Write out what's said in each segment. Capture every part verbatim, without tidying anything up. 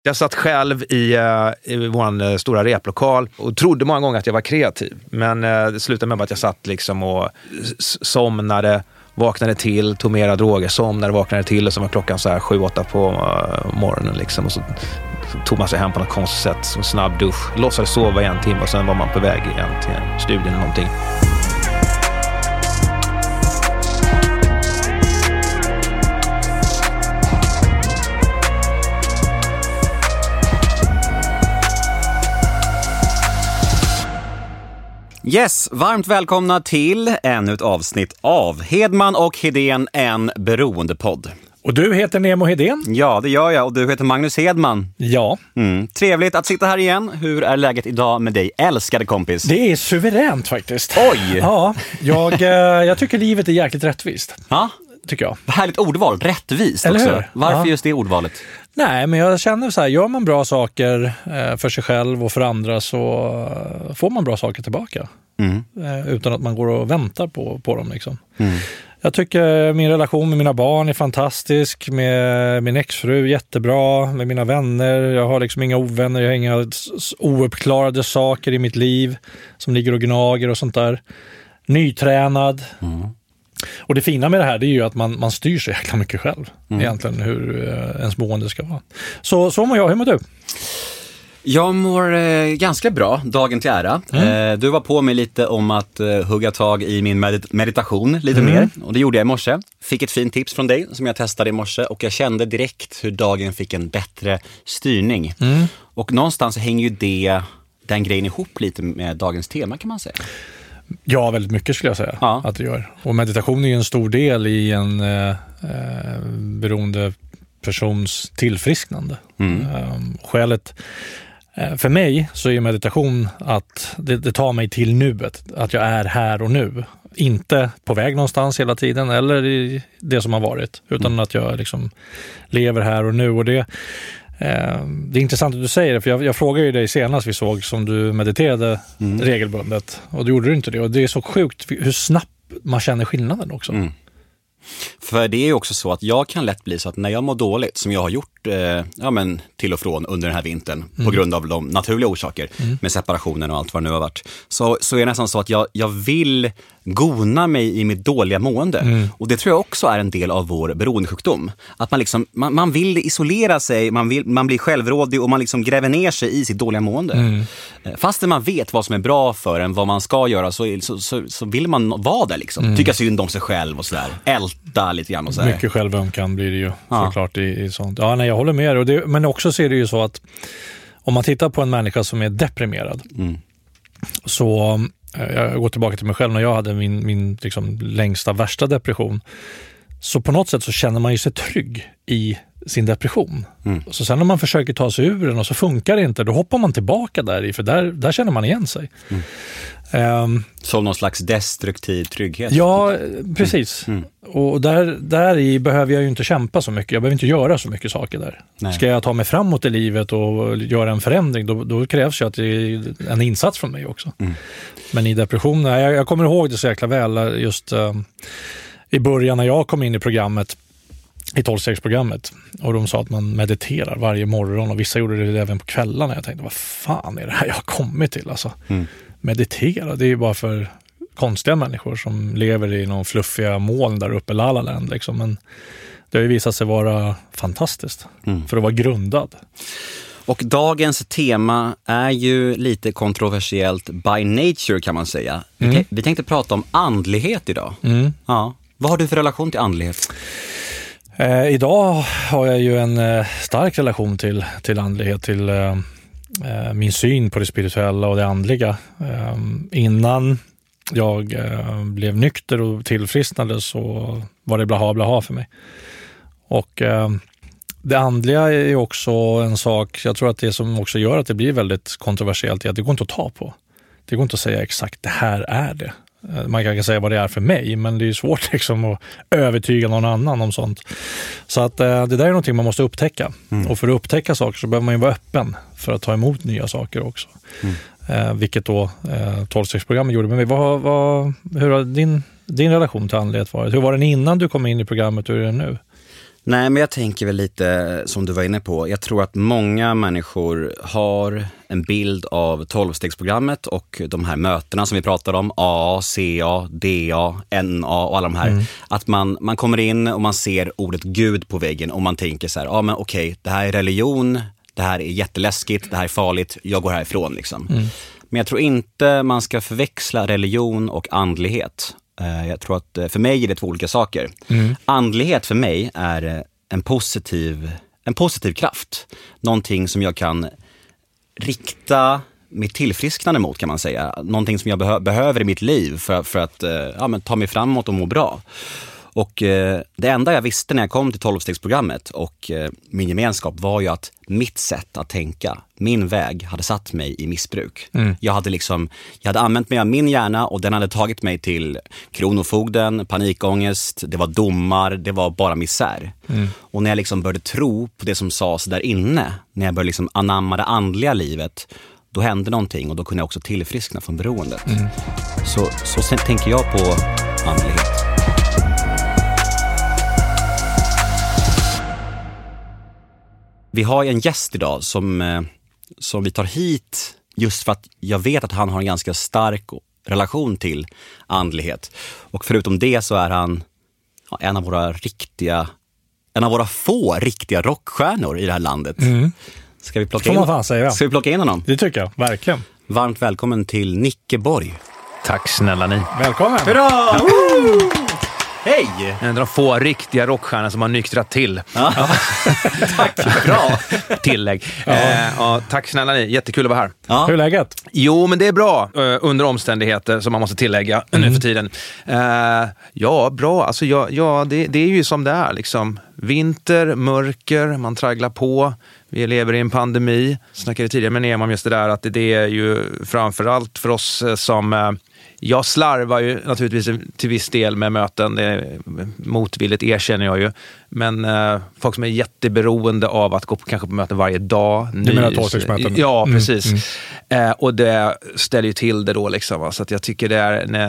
Jag satt själv i, uh, i vår uh, stora replokal och trodde många gånger att jag var kreativ. Men uh, det slutade med att jag satt liksom och s- somnade, vaknade till, tog mera droger, somnade, vaknade till och så var klockan så här sju åtta på uh, morgonen liksom. Och så, så tog man sig hem på något konstigt sätt, så snabb dusch, låtsades sova i en timme och sen var man på väg igen till studien eller någonting. Yes, varmt välkomna till ännu ett avsnitt av Hedman och Hedén, en beroendepodd. Och du heter Nemo Hedén? Ja, det gör jag. Och du heter Magnus Hedman. Ja. Mm. Trevligt att sitta här igen. Hur är läget idag med dig, älskade kompis? Det är suveränt faktiskt. Oj! Ja, jag, jag tycker livet är jäkligt rättvist. Ja? Tycker jag. Härligt ordval, rättvist Eller också. hur? Varför Ja. just det ordvalet? Nej, men jag känner så här, gör man bra saker för sig själv och för andra så får man bra saker tillbaka. Mm. Utan att man går och väntar på, på dem liksom. Mm. Jag tycker min relation med mina barn är fantastisk, med min exfru jättebra, med mina vänner. Jag har liksom inga ovänner, jag har inga ouppklarade saker i mitt liv som ligger och gnager och sånt där. Nytränad. Mm. Och det fina med det här, det är ju att man, man styr sig jäkla mycket själv. Mm. Egentligen hur eh, ens mående ska vara. Så, så mår jag, hur mår du? Jag mår eh, ganska bra, dagen till ära. Mm. Eh, du var på mig lite om att eh, hugga tag i min med- meditation lite mm. mer. Och det gjorde jag i morse. Fick ett fint tips från dig som jag testade i morse. Och jag kände direkt hur dagen fick en bättre styrning. Mm. Och någonstans hänger ju det, den grejen ihop lite med dagens tema, kan man säga. Ja, väldigt mycket skulle jag säga ja. att det gör. Och meditation är ju en stor del i en eh, beroende persons tillfrisknande. Mm. Um, skälet eh, för mig så är meditation att det, det tar mig till nuet, att jag är här och nu. Inte på väg någonstans hela tiden eller i det som har varit, utan mm. att jag liksom lever här och nu. Och det, eh, det är intressant att du säger det, för jag, jag frågade ju dig senast vi såg som du mediterade mm. regelbundet, och du gjorde inte det. Och det är så sjukt hur snabbt man känner skillnaden också. Mm. För det är ju också så att jag kan lätt bli så att när jag mår dåligt, som jag har gjort eh, ja, men till och från under den här vintern mm. på grund av de naturliga orsaker mm. med separationen och allt vad det nu har varit, så, så är det nästan så att jag, jag vill gona mig i mitt dåliga mående. Mm. Och det tror jag också är en del av vår beroendesjukdom. Att man, liksom, man, man vill isolera sig, man, vill, man blir självrådig och man liksom gräver ner sig i sitt dåliga mående. Mm. Fast när man vet vad som är bra för en, vad man ska göra, så, så, så, så vill man vara där liksom. Mm. Tycka synd om sig själv och sådär. Älta lite grann och sådär. Mycket självömkan blir det ju ja. såklart i, i sånt. Ja, nej, jag håller med och det, men också ser det ju så att om man tittar på en människa som är deprimerad mm. så jag går tillbaka till mig själv när jag hade min, min liksom längsta, värsta depression, så på något sätt så känner man ju sig trygg i sin depression. Mm. Så sen när man försöker ta sig ur den och så funkar det inte, då hoppar man tillbaka där i, för där, där känner man igen sig. Mm. Um, Som någon slags destruktiv trygghet. Ja, precis. Mm. Mm. Och där, där i behöver jag ju inte kämpa så mycket. Jag behöver inte göra så mycket saker där. Nej. Ska jag ta mig framåt i livet och göra en förändring, då, då krävs ju att det är en insats från mig också. Mm. Men i depressionen, jag, jag kommer ihåg det så jäkla väl just um, i början när jag kom in i programmet, i tolv-stegsprogrammet, och de sa att man mediterar varje morgon och vissa gjorde det även på kvällarna. Jag tänkte, vad fan är det här jag har kommit till? Alltså, mm. meditera, det är ju bara för konstiga människor som lever i någon fluffiga moln där uppe, La La Land liksom. Men det har ju visat sig vara fantastiskt mm. för att vara grundad. Och dagens tema är ju lite kontroversiellt by nature, kan man säga. Mm. Vi, vi tänkte prata om andlighet idag. Mm. Ja. Vad har du för relation till andlighet? Eh, idag har jag ju en eh, stark relation till, till andlighet, till eh, min syn på det spirituella och det andliga. Eh, innan jag eh, blev nykter och tillfrisknade så var det blaha blaha för mig. Och eh, det andliga är ju också en sak, jag tror att det som också gör att det blir väldigt kontroversiellt är att det går inte att ta på. Det går inte att säga exakt, det här är det. Man kan säga vad det är för mig, men det är svårt liksom att övertyga någon annan om sånt. Så att det där är någonting man måste upptäcka. Mm. Och för att upptäcka saker så behöver man ju vara öppen för att ta emot nya saker också. Mm. Eh, vilket då eh, tolv-stegsprogrammet gjorde med mig. Vad, vad, hur har din, din relation till andlighet varit? Hur var den innan du kom in i programmet och hur är den nu? Nej, men jag tänker väl lite som du var inne på. Jag tror att många människor har en bild av tolvstegsprogrammet och de här mötena som vi pratar om, A, C A, D A, N A och alla de här. Mm. Att man, man kommer in och man ser ordet Gud på väggen och man tänker så här, ja ah, men okej, det här är religion, det här är jätteläskigt, det här är farligt, jag går härifrån liksom. Mm. Men jag tror inte man ska förväxla religion och andlighet. Jag tror att för mig är det två olika saker. Mm. Andlighet för mig är en positiv, en positiv kraft. Någonting som jag kan rikta mitt tillfrisknande mot, kan man säga. Någonting som jag behö- behöver i mitt liv för, för att ja, men ta mig framåt och må bra. Och eh, det enda jag visste när jag kom till tolvstegsprogrammet och eh, min gemenskap var ju att mitt sätt att tänka, min väg hade satt mig i missbruk. Mm. Jag hade liksom, jag hade använt mig av min hjärna och den hade tagit mig till kronofogden, panikångest, det var domar, det var bara misär. Mm. Och när jag liksom började tro på det som sades där inne, när jag började liksom anamma det andliga livet, då hände någonting och då kunde jag också tillfriskna från beroendet. Mm. Så, så sen tänker jag på andlighet. Vi har en gäst idag som, som vi tar hit just för att jag vet att han har en ganska stark relation till andlighet. Och förutom det så är han ja, en av våra riktiga, en av våra få riktiga rockstjärnor i det här landet. Mm. Ska vi plocka in, man fan säga. Ska vi plocka in honom? Det tycker jag, verkligen. Varmt välkommen till Nicke Borg. Tack snälla ni. Välkommen. Hurra! Hej! En av de få riktiga rockstjärnor som har nyktrat till. Ja. Tack, bra. Tillägg. Ja. Eh, ja, tack snälla ni, jättekul att vara här. Ja. Hur är läget? Jo, men det är bra eh, under omständigheter som man måste tillägga mm. nu för tiden. Eh, ja, bra. Alltså, ja, ja det, det är ju som det är. Liksom. Vinter, mörker, man tragglar på. Vi lever i en pandemi. Snackade tidigare med Neman om just det där att det, det är ju framförallt för oss som... Eh, Jag slarvar ju naturligtvis till viss del med möten, det motvilligt erkänner jag ju. Men eh, folk som är jätteberoende av att gå på, kanske på möten varje dag. Du menar tolvstegsmöten? Ja, precis. Mm, mm. Eh, och det ställer ju till det då liksom. Va? Så att jag tycker det är en,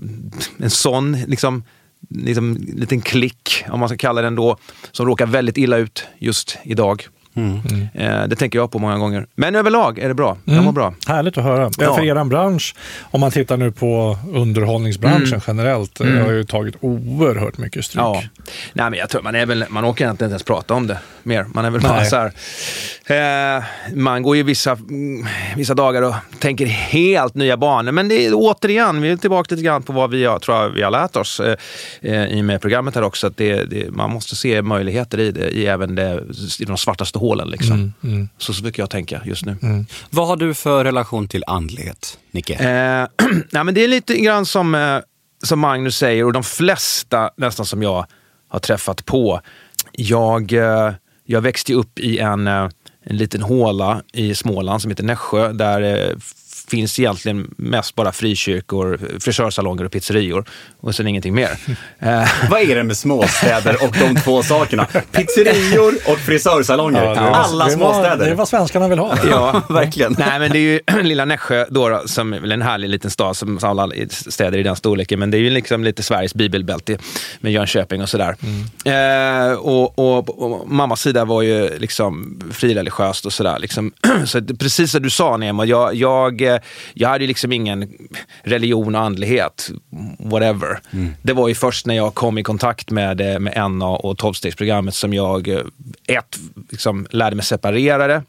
en sån liksom, liksom, liten klick, om man ska kalla den då, som råkar väldigt illa ut just idag. Mm. Mm. Det tänker jag på många gånger. Men överlag är det bra. Jag mår bra. Härligt att höra. Ja. För er bransch, om man tittar nu på underhållningsbranschen mm. generellt, mm. har ju tagit oerhört mycket stryk. Ja. Nej, men jag tror man är väl, man åker inte ens prata om det mer. Man är väl bara så här, eh, man går ju vissa, vissa dagar och tänker helt nya banor. Men det är återigen, vi är tillbaka lite grann på vad vi har, tror jag, vi har lärt oss eh, i med programmet här också. Att det, det, man måste se möjligheter i det, i även det, i de svartaste hålen liksom. Mm, mm. Så så brukar jag tänka just nu. Mm. Vad har du för relation till andlighet, Nicke? Eh, nej, men det är lite grann som, eh, som Magnus säger, och de flesta nästan som jag har träffat på. Jag, eh, jag växte upp i en, eh, en liten håla i Småland som heter Nässjö, där eh, finns egentligen mest bara frikyrkor, frisörsalonger och pizzerior och sen ingenting mer. Vad är det med småstäder och de två sakerna? Pizzerior och frisörsalonger. Ja, alla det småstäder. Var, det är vad svenskarna vill ha. Ja, verkligen. Nej, men det är ju lilla Nässjö då, som är en härlig liten stad som alla städer i den storleken, men det är ju liksom lite Sveriges bibelbälte med Jönköping och sådär. Mm. Eh, och, och, och mammas sida var ju liksom frireligiöst och sådär. Liksom. Så precis som du sa, Nemo, jag, jag jag hade liksom ingen religion och andlighet, whatever. Mm. Det var ju först när jag kom i kontakt med, med N A och tolvstegsprogrammet som jag ett, liksom, lärde mig separera det.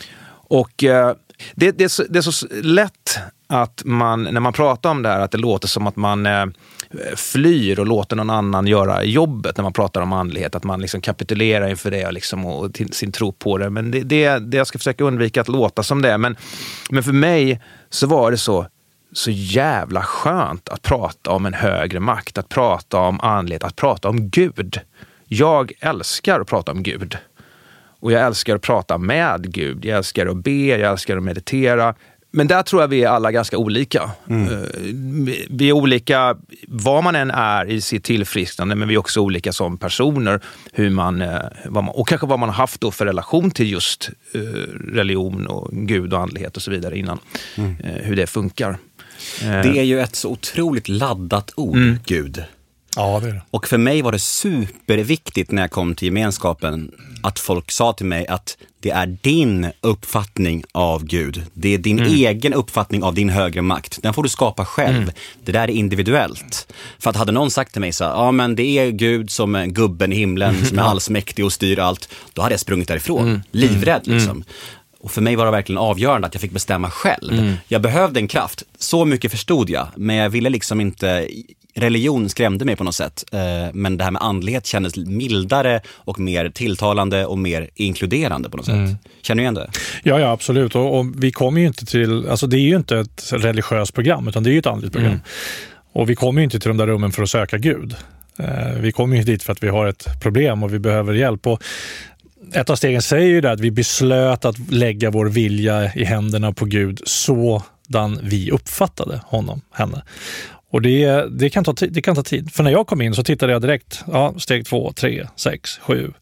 Och eh, det, det, är så, det är så lätt att man, när man pratar om det här, att det låter som att man eh, flyr och låter någon annan göra jobbet när man pratar om andlighet, att man liksom kapitulerar inför det liksom, och till sin tro på det. Men det, det, det jag ska försöka undvika att låta som det. Men, men för mig så var det så, så jävla skönt att prata om en högre makt, att prata om andlighet, att prata om Gud. Jag älskar att prata om Gud. Och jag älskar att prata med Gud. Jag älskar att be, jag älskar att meditera. Men där tror jag vi är alla ganska olika. Mm. Vi är olika vad man än är i sitt tillfrisknande, men vi är också olika som personer. Hur man, vad man, och kanske vad man har haft då för relation till just religion och Gud och andlighet och så vidare innan. Mm. Hur det funkar. Det är ju ett så otroligt laddat ord, mm. Gud. Ja, det är det. Och för mig var det superviktigt när jag kom till gemenskapen att folk sa till mig att det är din uppfattning av Gud. Det är din mm. egen uppfattning av din högre makt. Den får du skapa själv. Mm. Det där är individuellt. För att hade någon sagt till mig så ja men det är Gud som är gubben i himlen mm. som är allsmäktig och styr allt. Då hade jag sprungit därifrån. Mm. Livrädd liksom. Mm. Och för mig var det verkligen avgörande att jag fick bestämma själv. Mm. Jag behövde en kraft. Så mycket förstod jag. Men jag ville liksom inte... Religion skrämde mig på något sätt. Men det här med andlighet kändes mildare och mer tilltalande och mer inkluderande på något sätt. Mm. Känner du igen det? Ja, ja absolut. Och, och vi kommer ju inte till... Alltså det är ju inte ett religiöst program utan det är ju ett andligt program. Mm. Och vi kommer ju inte till de där rummen för att söka Gud. Vi kommer ju dit för att vi har ett problem och vi behöver hjälp. Och ett av stegen säger ju det att vi beslöt att lägga vår vilja i händerna på Gud sådan vi uppfattade honom, henne. Och det, det, kan ta tid, det kan ta tid. För när jag kom in så tittade jag direkt, ja, steg två, tre, sex, sju,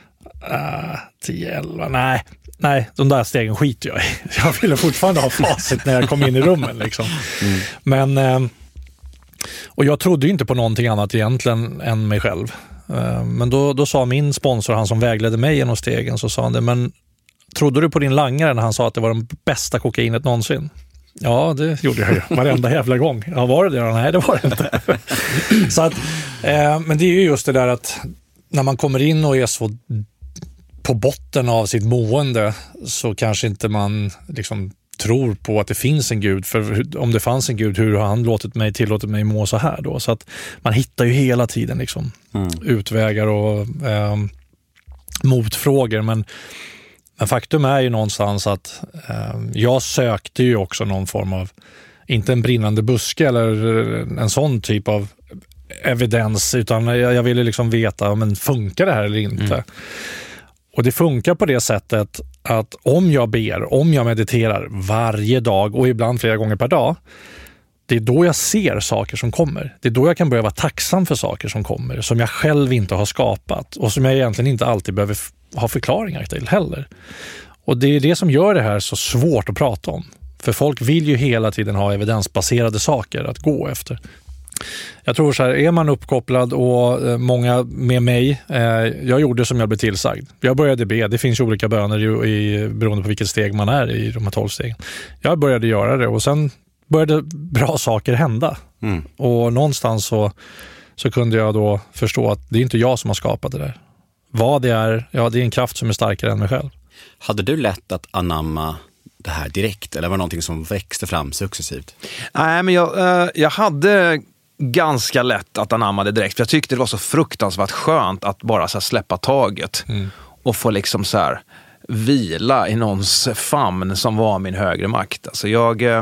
uh, tio, elva, nej, nej, de där stegen skiter jag i. Jag ville fortfarande ha facit när jag kom in i rummen liksom. Mm. Men, uh, och jag trodde ju inte på någonting annat egentligen än mig själv. Uh, men då, då sa min sponsor, han som vägledde mig genom stegen, så sa han det, men trodde du på din langare när han sa att det var den bästa kokainet någonsin? Ja, det gjorde jag ju. Varenda jävla gång. Ja, var det det? Nej, det var det inte. Så att, eh, men det är ju just det där att när man kommer in och är så på botten av sitt mående så kanske inte man liksom tror på att det finns en Gud. För om det fanns en Gud, hur har han låtit mig, tillåtit mig må så här då? Så att man hittar ju hela tiden liksom mm. utvägar och eh, motfrågor. Men Men faktum är ju någonstans att eh, jag sökte ju också någon form av, inte en brinnande buske eller en sån typ av evidens, utan jag, jag ville liksom veta, men funkar det här eller inte? Mm. Och det funkar på det sättet att om jag ber, om jag mediterar varje dag och ibland flera gånger per dag, det är då jag ser saker som kommer. Det är då jag kan börja vara tacksam för saker som kommer, som jag själv inte har skapat och som jag egentligen inte alltid behöver f- ha förklaringar till heller. Och det är det som gör det här så svårt att prata om. För folk vill ju hela tiden ha evidensbaserade saker att gå efter. Jag tror så här, är man uppkopplad och eh, många med mig, eh, jag gjorde som jag blev tillsagd. Jag började be, det finns ju olika böner i, i, beroende på vilket steg man är i de här tolv stegen. Jag började göra det och sen började bra saker hända. Mm. Och någonstans så, så kunde jag då förstå att det är inte jag som har skapat det där. Vad det är, ja det är en kraft som är starkare än mig själv. Hade du lätt att anamma det här direkt eller var det någonting som växte fram successivt? Nej, men jag, eh, jag hade ganska lätt att anamma det direkt. För jag tyckte det var så fruktansvärt skönt att bara så här, släppa taget mm. och få liksom så här vila i någons famn som var min högre makt. Alltså jag, eh,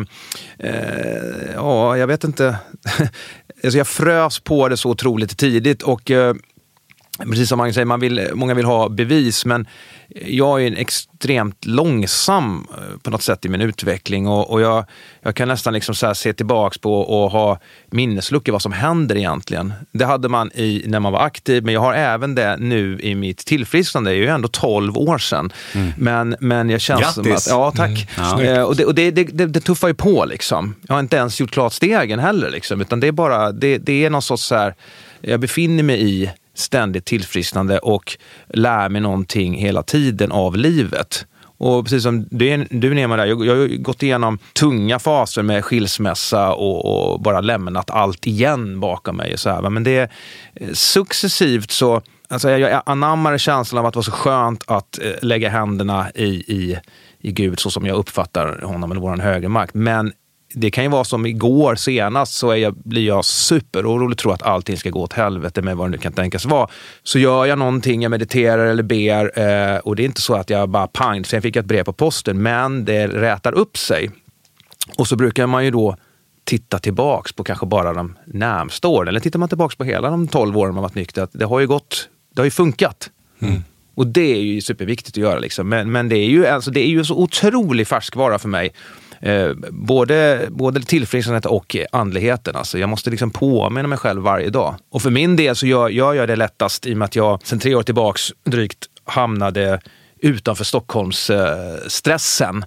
ja, jag vet inte. Alltså jag frös på det så otroligt tidigt och eh, precis som man säger, man vill, många vill ha bevis, men jag är en extremt långsam på något sätt i min utveckling och, och jag, jag kan nästan liksom så här se tillbaks på och ha minnesluckor vad som händer egentligen. Det hade man i när man var aktiv, men jag har även det nu i mitt tillfrisknande. Det är ju ändå tolv år sedan. Mm. Men, men jag känns Grattis. som att, ja tack. Mm. Ja. Och, det, och det, det, det, det tuffar ju på liksom. Jag har inte ens gjort klart stegen heller liksom, utan det är bara, det, det är någon sorts så här, jag befinner mig i ständigt tillfrisknande och lär mig någonting hela tiden av livet. Och precis som du, du nämner där, jag, jag har gått igenom tunga faser med skilsmässa och, och bara lämnat allt igen bakom mig. Så här. Men det är successivt så, alltså jag anammar känslan av att det var så skönt att lägga händerna i, i, i Gud så som jag uppfattar honom eller våran högre makt. Men det kan ju vara som igår senast så är jag, blir jag superorolig, tror att allting ska gå åt helvete med vad det nu kan tänkas vara. Så gör jag någonting, jag mediterar eller ber eh, och det är inte så att jag bara pang, sen fick jag ett brev på posten, men det rätar upp sig. Och så brukar man ju då titta tillbaks på kanske bara de närmsta åren, eller tittar man tillbaks på hela de tolv åren man varit nykter, att det har ju gått, det har ju funkat. Mm. Och det är ju superviktigt att göra liksom. Men, men det är ju alltså, det är ju så otroligt färskvara för mig. Eh, både, både tillfrisknandet och andligheten. Alltså jag måste liksom påminna mig själv varje dag. Och för min del så gör, gör jag det lättast i och med att jag sen tre år tillbaks drygt hamnade utanför Stockholms eh, stressen.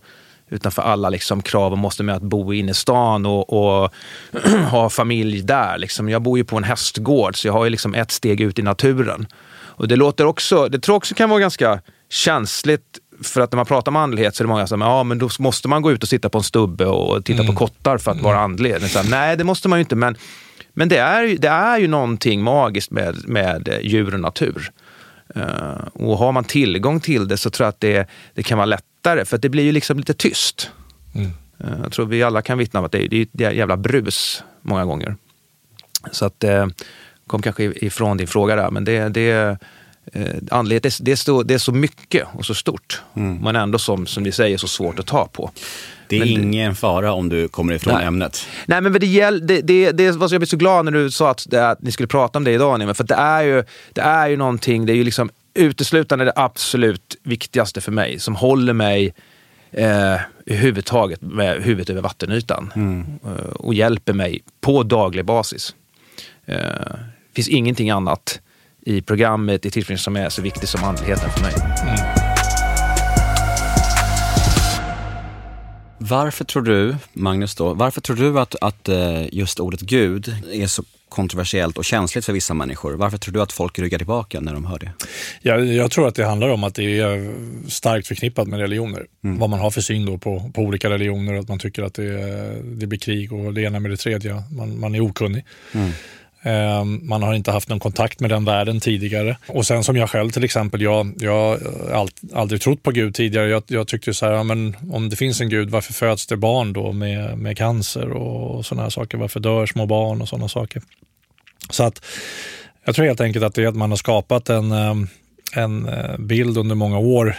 utan för alla liksom krav och måste med att bo inne i stan och, och ha familj där. Liksom. Jag bor ju på en hästgård, så jag har ju liksom ett steg ut i naturen. Och det låter också, det tror jag också kan vara ganska känsligt, för att när man pratar om andlighet så är det många som ja, men då måste man gå ut och sitta på en stubbe och titta mm. på kottar för att vara andlig. Så här, nej, det måste man ju inte, men, men det, är ju, det är ju någonting magiskt med, med djur och natur. Uh, och har man tillgång till det så tror jag att det, det kan vara lättare, för att det blir ju liksom lite tyst. Mm. Uh, jag tror vi alla kan vittna om att det är, det är ett jävla brus många gånger. Så att uh, kom kanske ifrån din fråga där, men det, det Uh, andlighet, det, det, är så, det är så mycket och så stort, mm. men ändå som, som vi säger så svårt att ta på. Det är men, ingen fara om du kommer ifrån nej. ämnet. Nej, men det, gäll, det, det, det var så jag blev så glad när du sa att, det, att ni skulle prata om det idag, men för det är ju det är ju någonting, det är ju liksom uteslutande det absolut viktigaste för mig, som håller mig eh, i huvudtaget med huvudet över vattenytan mm. eh, och hjälper mig på daglig basis. Eh, det finns ingenting annat i programmet, i tillfället som är så viktigt som andligheten för mig. Mm. Varför tror du, Magnus då, varför tror du att, att just ordet Gud är så kontroversiellt och känsligt för vissa människor? Varför tror du att folk ryggar tillbaka när de hör det? Ja, jag tror att det handlar om att det är starkt förknippat med religioner. Mm. Vad man har för syn då på, på olika religioner, att man tycker att det, det blir krig och det ena med det tredje. Man, man är okunnig. Mm. Man har inte haft någon kontakt med den världen tidigare. Och sen som jag själv till exempel, jag har aldrig trott på Gud tidigare. Jag, jag tyckte så här, ja, men om det finns en Gud, varför föds det barn då med, med cancer och sådana här saker? Varför dör små barn och sådana saker? Så att jag tror helt enkelt att det är att man har skapat en, en bild under många år.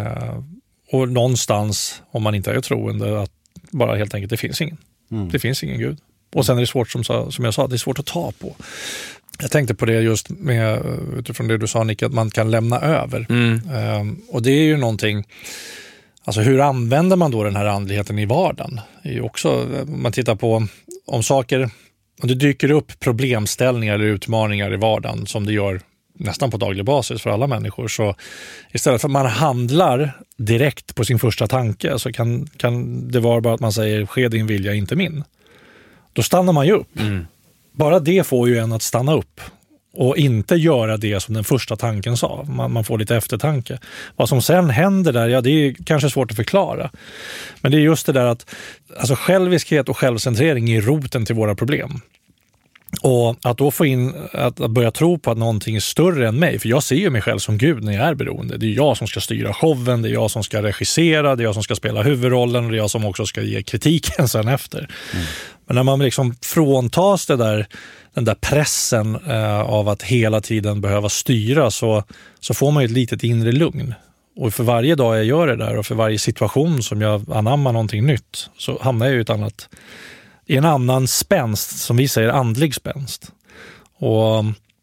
Och någonstans, om man inte är troende, att bara helt enkelt det finns ingen. Mm. Det finns ingen Gud. Och sen är det svårt, som, som jag sa, det är svårt att ta på. Jag tänkte på det just med, utifrån det du sa, Nick, att man kan lämna över. Mm. Um, och det är ju någonting, alltså hur använder man då den här andligheten i vardagen? Det är ju också, man tittar på om saker, om det dyker upp problemställningar eller utmaningar i vardagen som det gör nästan på daglig basis för alla människor, så istället för att man handlar direkt på sin första tanke, så kan, kan det vara bara att man säger ske din vilja, inte min. Då stannar man ju upp. Mm. Bara det får ju en att stanna upp och inte göra det som den första tanken sa. Man, man får lite eftertanke. Vad som sen händer där, ja, det är kanske svårt att förklara. Men det är just det där att alltså själviskhet och självcentrering är roten till våra problem. Och att då få in, att börja tro på att någonting är större än mig, för jag ser ju mig själv som Gud när jag är beroende. Det är jag som ska styra showen, det är jag som ska regissera, det är jag som ska spela huvudrollen och det är jag som också ska ge kritiken sen efter. Mm. Men när man liksom fråntas det där, den där pressen eh, av att hela tiden behöva styra, så, så får man ju ett litet inre lugn. Och för varje dag jag gör det där och för varje situation som jag anammar någonting nytt, så hamnar jag ju ett annat, i en annan spänst, som vi säger andlig spänst. Och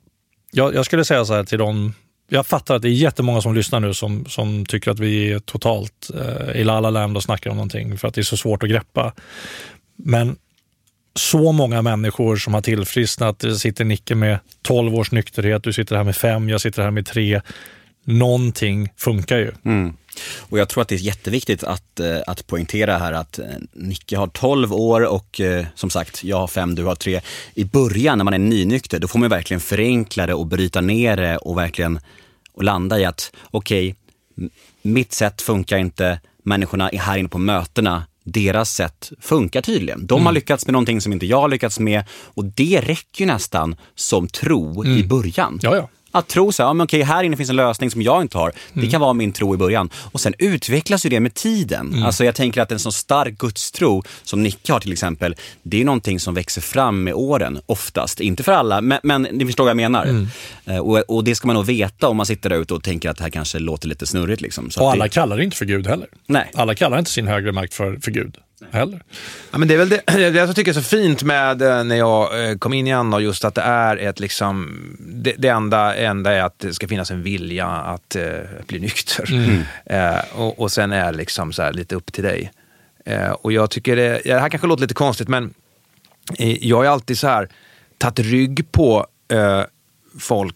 jag, jag skulle säga så här till dem, jag fattar att det är jättemånga som lyssnar nu som, som tycker att vi är totalt eh, i la la land och snackar om någonting för att det är så svårt att greppa. Men så många människor som har tillfrisknat, det sitter Nicke med tolv års nykterhet, du sitter här med fem, jag sitter här med tre. Någonting funkar ju. Mm. Och jag tror att det är jätteviktigt att, att poängtera här att Nicke har tolv år och som sagt, jag har fem, du har tre. I början när man är nynykter, då får man verkligen förenkla det och bryta ner det och verkligen och landa i att okej, okay, mitt sätt funkar inte, människorna är här inne på mötena, deras sätt funkar tydligen. De mm. har lyckats med någonting som inte jag har lyckats med, och det räcker ju nästan som tro mm. i början. Ja, ja. Att tro så här, ja, men okej, här inne finns en lösning som jag inte har. Mm. Det kan vara min tro i början. Och sen utvecklas ju det med tiden. Mm. Alltså jag tänker att en sån stark gudstro som Nicke har till exempel, det är någonting som växer fram med åren oftast. Inte för alla, men, men ni förstår vad jag menar. Mm. Uh, och, och det ska man nog veta om man sitter där ute och tänker att det här kanske låter lite snurrigt. Liksom. Så och alla det... kallar det inte för Gud heller. Nej. Alla kallar inte sin högre makt för, för Gud. Heller. Ja, men det är väl det, det jag tycker är så fint med när jag kom in igen, och just att det är ett liksom det, det enda, enda är att det ska finnas en vilja att uh, bli nykter mm. uh, och, och sen är liksom så här lite upp till dig uh, och jag tycker det, det här kanske låter lite konstigt, men uh, jag är alltid så här tagit rygg på uh, folk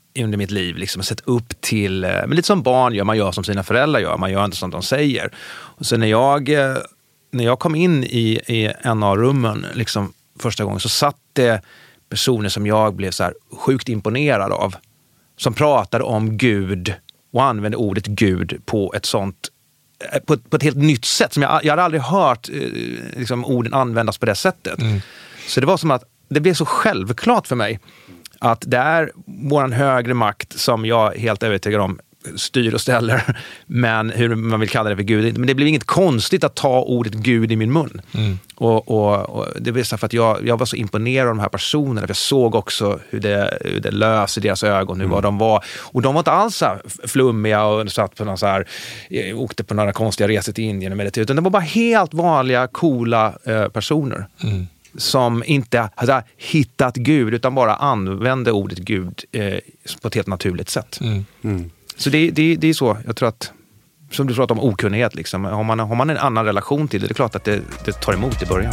under mitt liv liksom sett upp till, men lite som barn gör, man gör som sina föräldrar gör, man gör inte som de säger. Och så när jag, när jag kom in i, i en av rummen liksom första gången, så satt det personer som jag blev så här sjukt imponerad av, som pratade om Gud och använde ordet Gud på ett sånt, på ett, på ett helt nytt sätt som jag, jag hade aldrig hört liksom, orden användas på det sättet. Mm. Så det var som att det blev så självklart för mig att det är våran högre makt som jag helt övertygad om styr och ställer, men hur man vill kalla det för Gud. Men det blev inget konstigt att ta ordet Gud i min mun. Mm. Och, och, och det var så för att jag, jag var så imponerad av de här personerna, för jag såg också hur det, hur det lös i deras ögon, hur mm. vad de var. Och de var inte alls så här flummiga och satt på någon så här, åkte på några konstiga resor till Indien och mediterade, utan det var bara helt vanliga, coola eh, personer. Mm. Som inte hade hittat Gud, utan bara använde ordet Gud eh, på ett helt naturligt sätt. Mm. Mm. Så det, det, det är så, jag tror att, som du pratar om okunnighet, liksom, har, man, har man en annan relation till det, det är klart att det, det tar emot i början.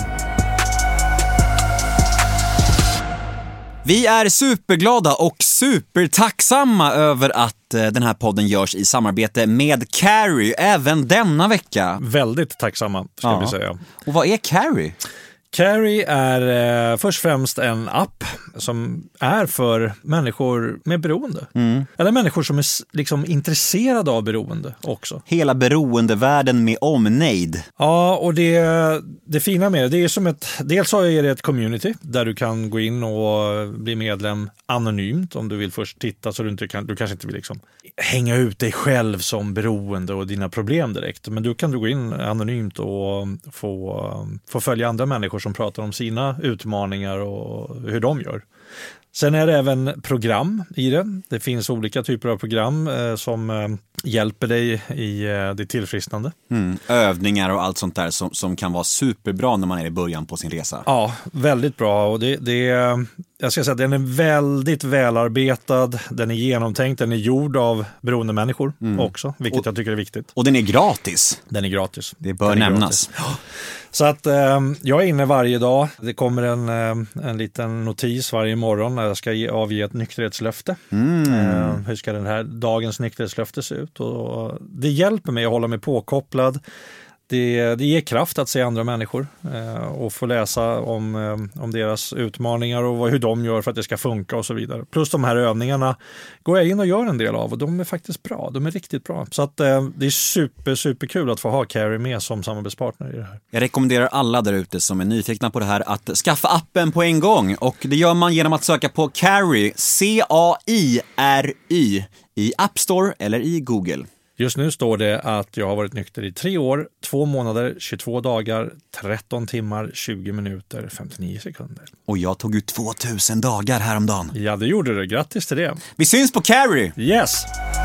Vi är superglada och supertacksamma över att den här podden görs i samarbete med Carry även denna vecka. Väldigt tacksamma, ska ja. vi säga. Och vad är Carry? Carry är eh, först och främst en app som är för människor med beroende. Mm. Eller människor som är liksom intresserade av beroende också. Hela beroendevärlden med omnejd. Ja, och det, det fina med det, det är som ett, dels så är det ett community där du kan gå in och bli medlem anonymt om du vill först titta, så du inte kan, du kanske inte vill liksom hänga ut dig själv som beroende och dina problem direkt. Men du kan du gå in anonymt och få, få följa andra människor som pratar om sina utmaningar och hur de gör. Sen är det även program i det. Det finns olika typer av program eh, som eh, hjälper dig i eh, det tillfrisknande. Mm, övningar och allt sånt där som, som kan vara superbra när man är i början på sin resa. Ja, väldigt bra. Och det, det, jag ska säga att den är väldigt välarbetad. Den är genomtänkt. Den är gjord av beroende människor mm. också, vilket och, jag tycker är viktigt. Och den är gratis. Den är gratis. Det bör nämnas. Så att eh, jag är inne varje dag. Det kommer en, eh, en liten notis varje morgon när jag ska ge, avge ett nykterhetslöfte. Mm. Eh, hur ska den här dagens nykterhetslöfte se ut? Och det hjälper mig att hålla mig påkopplad. Det, det ger kraft att se andra människor eh, och få läsa om, eh, om deras utmaningar och vad, hur de gör för att det ska funka och så vidare. Plus de här övningarna går jag in och gör en del av, och de är faktiskt bra. De är riktigt bra. Så att, eh, det är super, super kul att få ha Carry med som samarbetspartner i det här. Jag rekommenderar alla där ute som är nyfikna på det här att skaffa appen på en gång. Och det gör man genom att söka på Carry, C A I R Y, i App Store eller i Google. Just nu står det att jag har varit nykter i tre år, två månader, tjugotvå dagar, tretton timmar, tjugo minuter, femtionio sekunder. Och jag tog ut tvåtusen dagar häromdagen. Ja, det gjorde du. Grattis till det. Vi syns på Carry! Yes!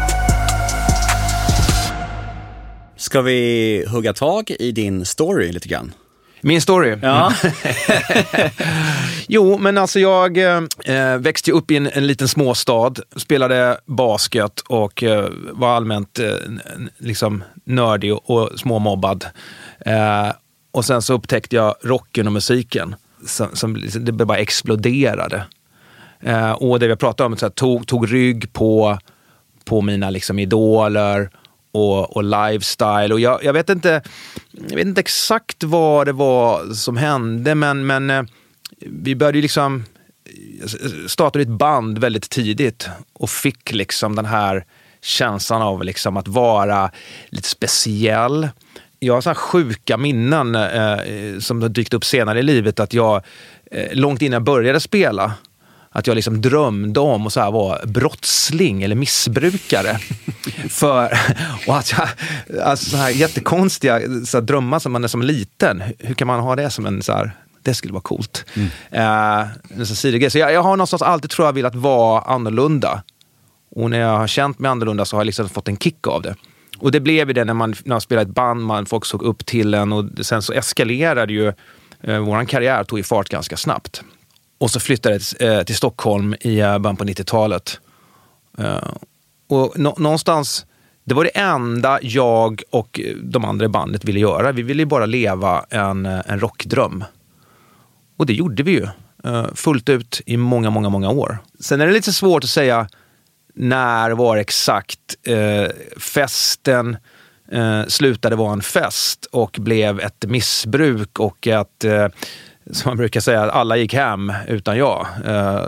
Ska vi hugga tag i din story lite grann? Min story? Ja. Jo, men alltså jag eh, växte upp i en, en liten småstad, spelade basket och eh, var allmänt eh, liksom nördig och, och småmobbad. Eh, och sen så upptäckte jag rocken och musiken som, som det bara exploderade. Eh, och det vi pratade om, så här, tog, tog rygg på, på mina liksom idoler och, och lifestyle. Och jag, jag vet inte jag vet inte exakt vad det var som hände, men, men eh, vi började ju liksom starta ett band väldigt tidigt och fick liksom den här känslan av liksom att vara lite speciell. Jag har sådana sjuka minnen eh, som har dykt upp senare i livet, att jag eh, långt innan jag började spela, att jag liksom drömde om att så här vara brottsling eller missbrukare. För, och att jag, alltså så här jättekonstiga så här drömmar som man är som liten. Hur kan man ha det som en så här, det skulle vara coolt. Mm. Uh, så så jag, jag har någonstans alltid, tror jag, velat vara annorlunda. Och när jag har känt mig annorlunda så har jag liksom fått en kick av det. Och det blev ju det när man, när man spelade ett band, man, folk såg upp till en, och sen så eskalerade ju uh, våran karriär, tog i fart ganska snabbt. Och så flyttade jag eh, till Stockholm i eh, början på nittiotalet. Uh, och nå- någonstans, det var det enda jag och de andra i bandet ville göra. Vi ville ju bara leva en, en rockdröm. Och det gjorde vi ju. Uh, fullt ut i många, många, många år. Sen är det lite svårt att säga när var exakt eh, festen eh, slutade vara en fest och blev ett missbruk och att, eh, som man brukar säga, att alla gick hem utan jag. Eh,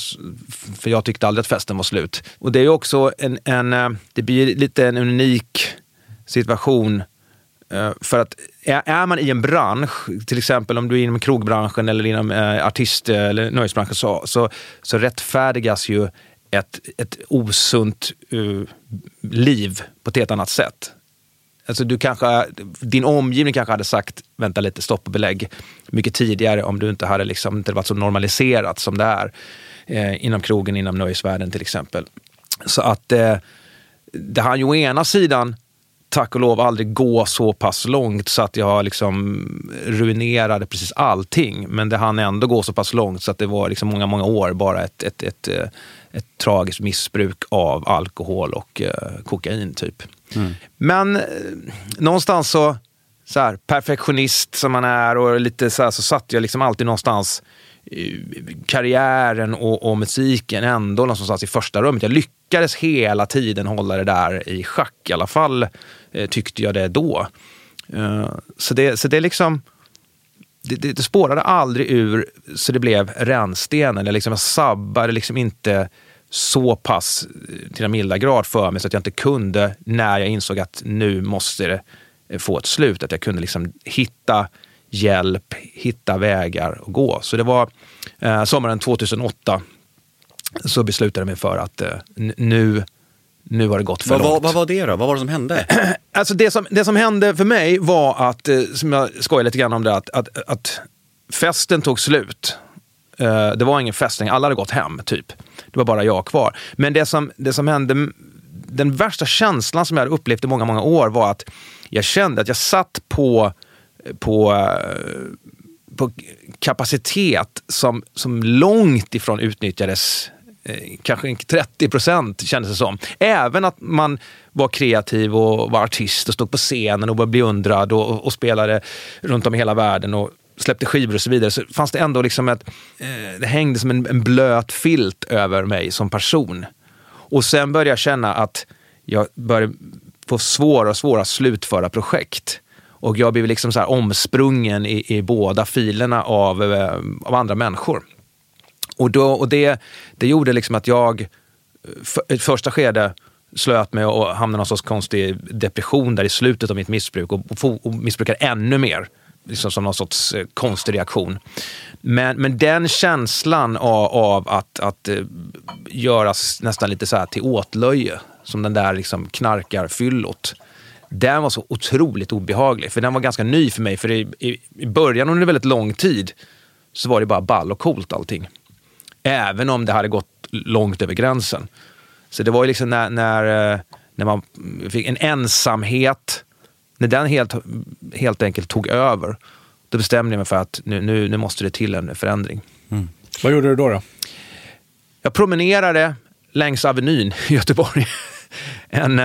för jag tyckte aldrig att festen var slut. Och det är också en, en det blir lite en unik situation. För att är man i en bransch, till exempel om du är inom krogbranschen eller inom eh, artist- eller nöjesbranschen, så, så, så rättfärdigas ju ett, ett osunt uh, liv på ett helt annat sätt. Alltså du kanske, din omgivning kanske hade sagt, vänta lite, stopp och belägg mycket tidigare om du inte hade liksom, inte varit så normaliserat som det är eh, inom krogen, inom nöjesvärlden till exempel. Så att eh, det har ju å ena sidan tack och lov aldrig gå så pass långt så att jag liksom ruinerade precis allting. Men det hann ändå gå så pass långt så att det var liksom många, många år bara ett, ett, ett, ett, ett tragiskt missbruk av alkohol och eh, kokain typ. Mm. Men eh, någonstans så, så här, perfektionist som man är och lite så här, så satt jag liksom alltid någonstans eh, karriären och, och musiken ändå någonstans i första rummet. Jag lyckades hela tiden hålla det där i schack, i alla fall eh, tyckte jag det då. Uh, så, det, så det är liksom det, det, det spårade aldrig ur så det blev rännsten eller liksom jag sabbade liksom inte så pass till en milda grad för mig så att jag inte kunde, när jag insåg att nu måste det få ett slut, att jag kunde liksom hitta hjälp, hitta vägar och gå. Så det var eh, sommaren tjugohundraåtta så beslutade jag mig för att eh, nu, nu har det gått för vad, långt. Vad, vad var det då? Vad var det som hände? Alltså det som, det som hände för mig var att, eh, som jag skojar lite grann om det, att, att, att festen tog slut. Eh, det var ingen fest, alla hade gått hem typ. Det var bara jag kvar. Men det som, det som hände, den värsta känslan som jag hade upplevt i många, många år var att jag kände att jag satt på på, på kapacitet som, som långt ifrån utnyttjades, eh, kanske trettio procent kändes det som. Även att man var kreativ och var artist och stod på scenen och var beundrad och, och spelade runt om i hela världen och släppte skivor och så vidare, så fanns det ändå liksom ett, eh, det hängde som en, en blöt filt över mig som person. Och sen började jag känna att jag började få svåra och svåra slutföra projekt. Och jag blev liksom så här omsprungen i, i båda filerna av, av andra människor. Och, då, och det, det gjorde liksom att jag för, ett första skede slöt mig och hamnade i någon sorts konstig depression där i slutet av mitt missbruk och, och, och missbrukade ännu mer. Liksom som någon sorts eh, konstig reaktion. Men, men den känslan av, av att, att eh, göras nästan lite så här till åtlöje, som den där liksom knarkar fyllot, den var så otroligt obehaglig. För den var ganska ny för mig. För i, i, i början under väldigt lång tid så var det bara ball och coolt allting. Även om det hade gått långt över gränsen. Så det var ju liksom när, när, när man fick en ensamhet, när den helt, helt enkelt tog över, då bestämde jag mig för att nu, nu, nu måste det till en förändring. Mm. Vad gjorde du då då? Jag promenerade längs Avenyn i Göteborg. en,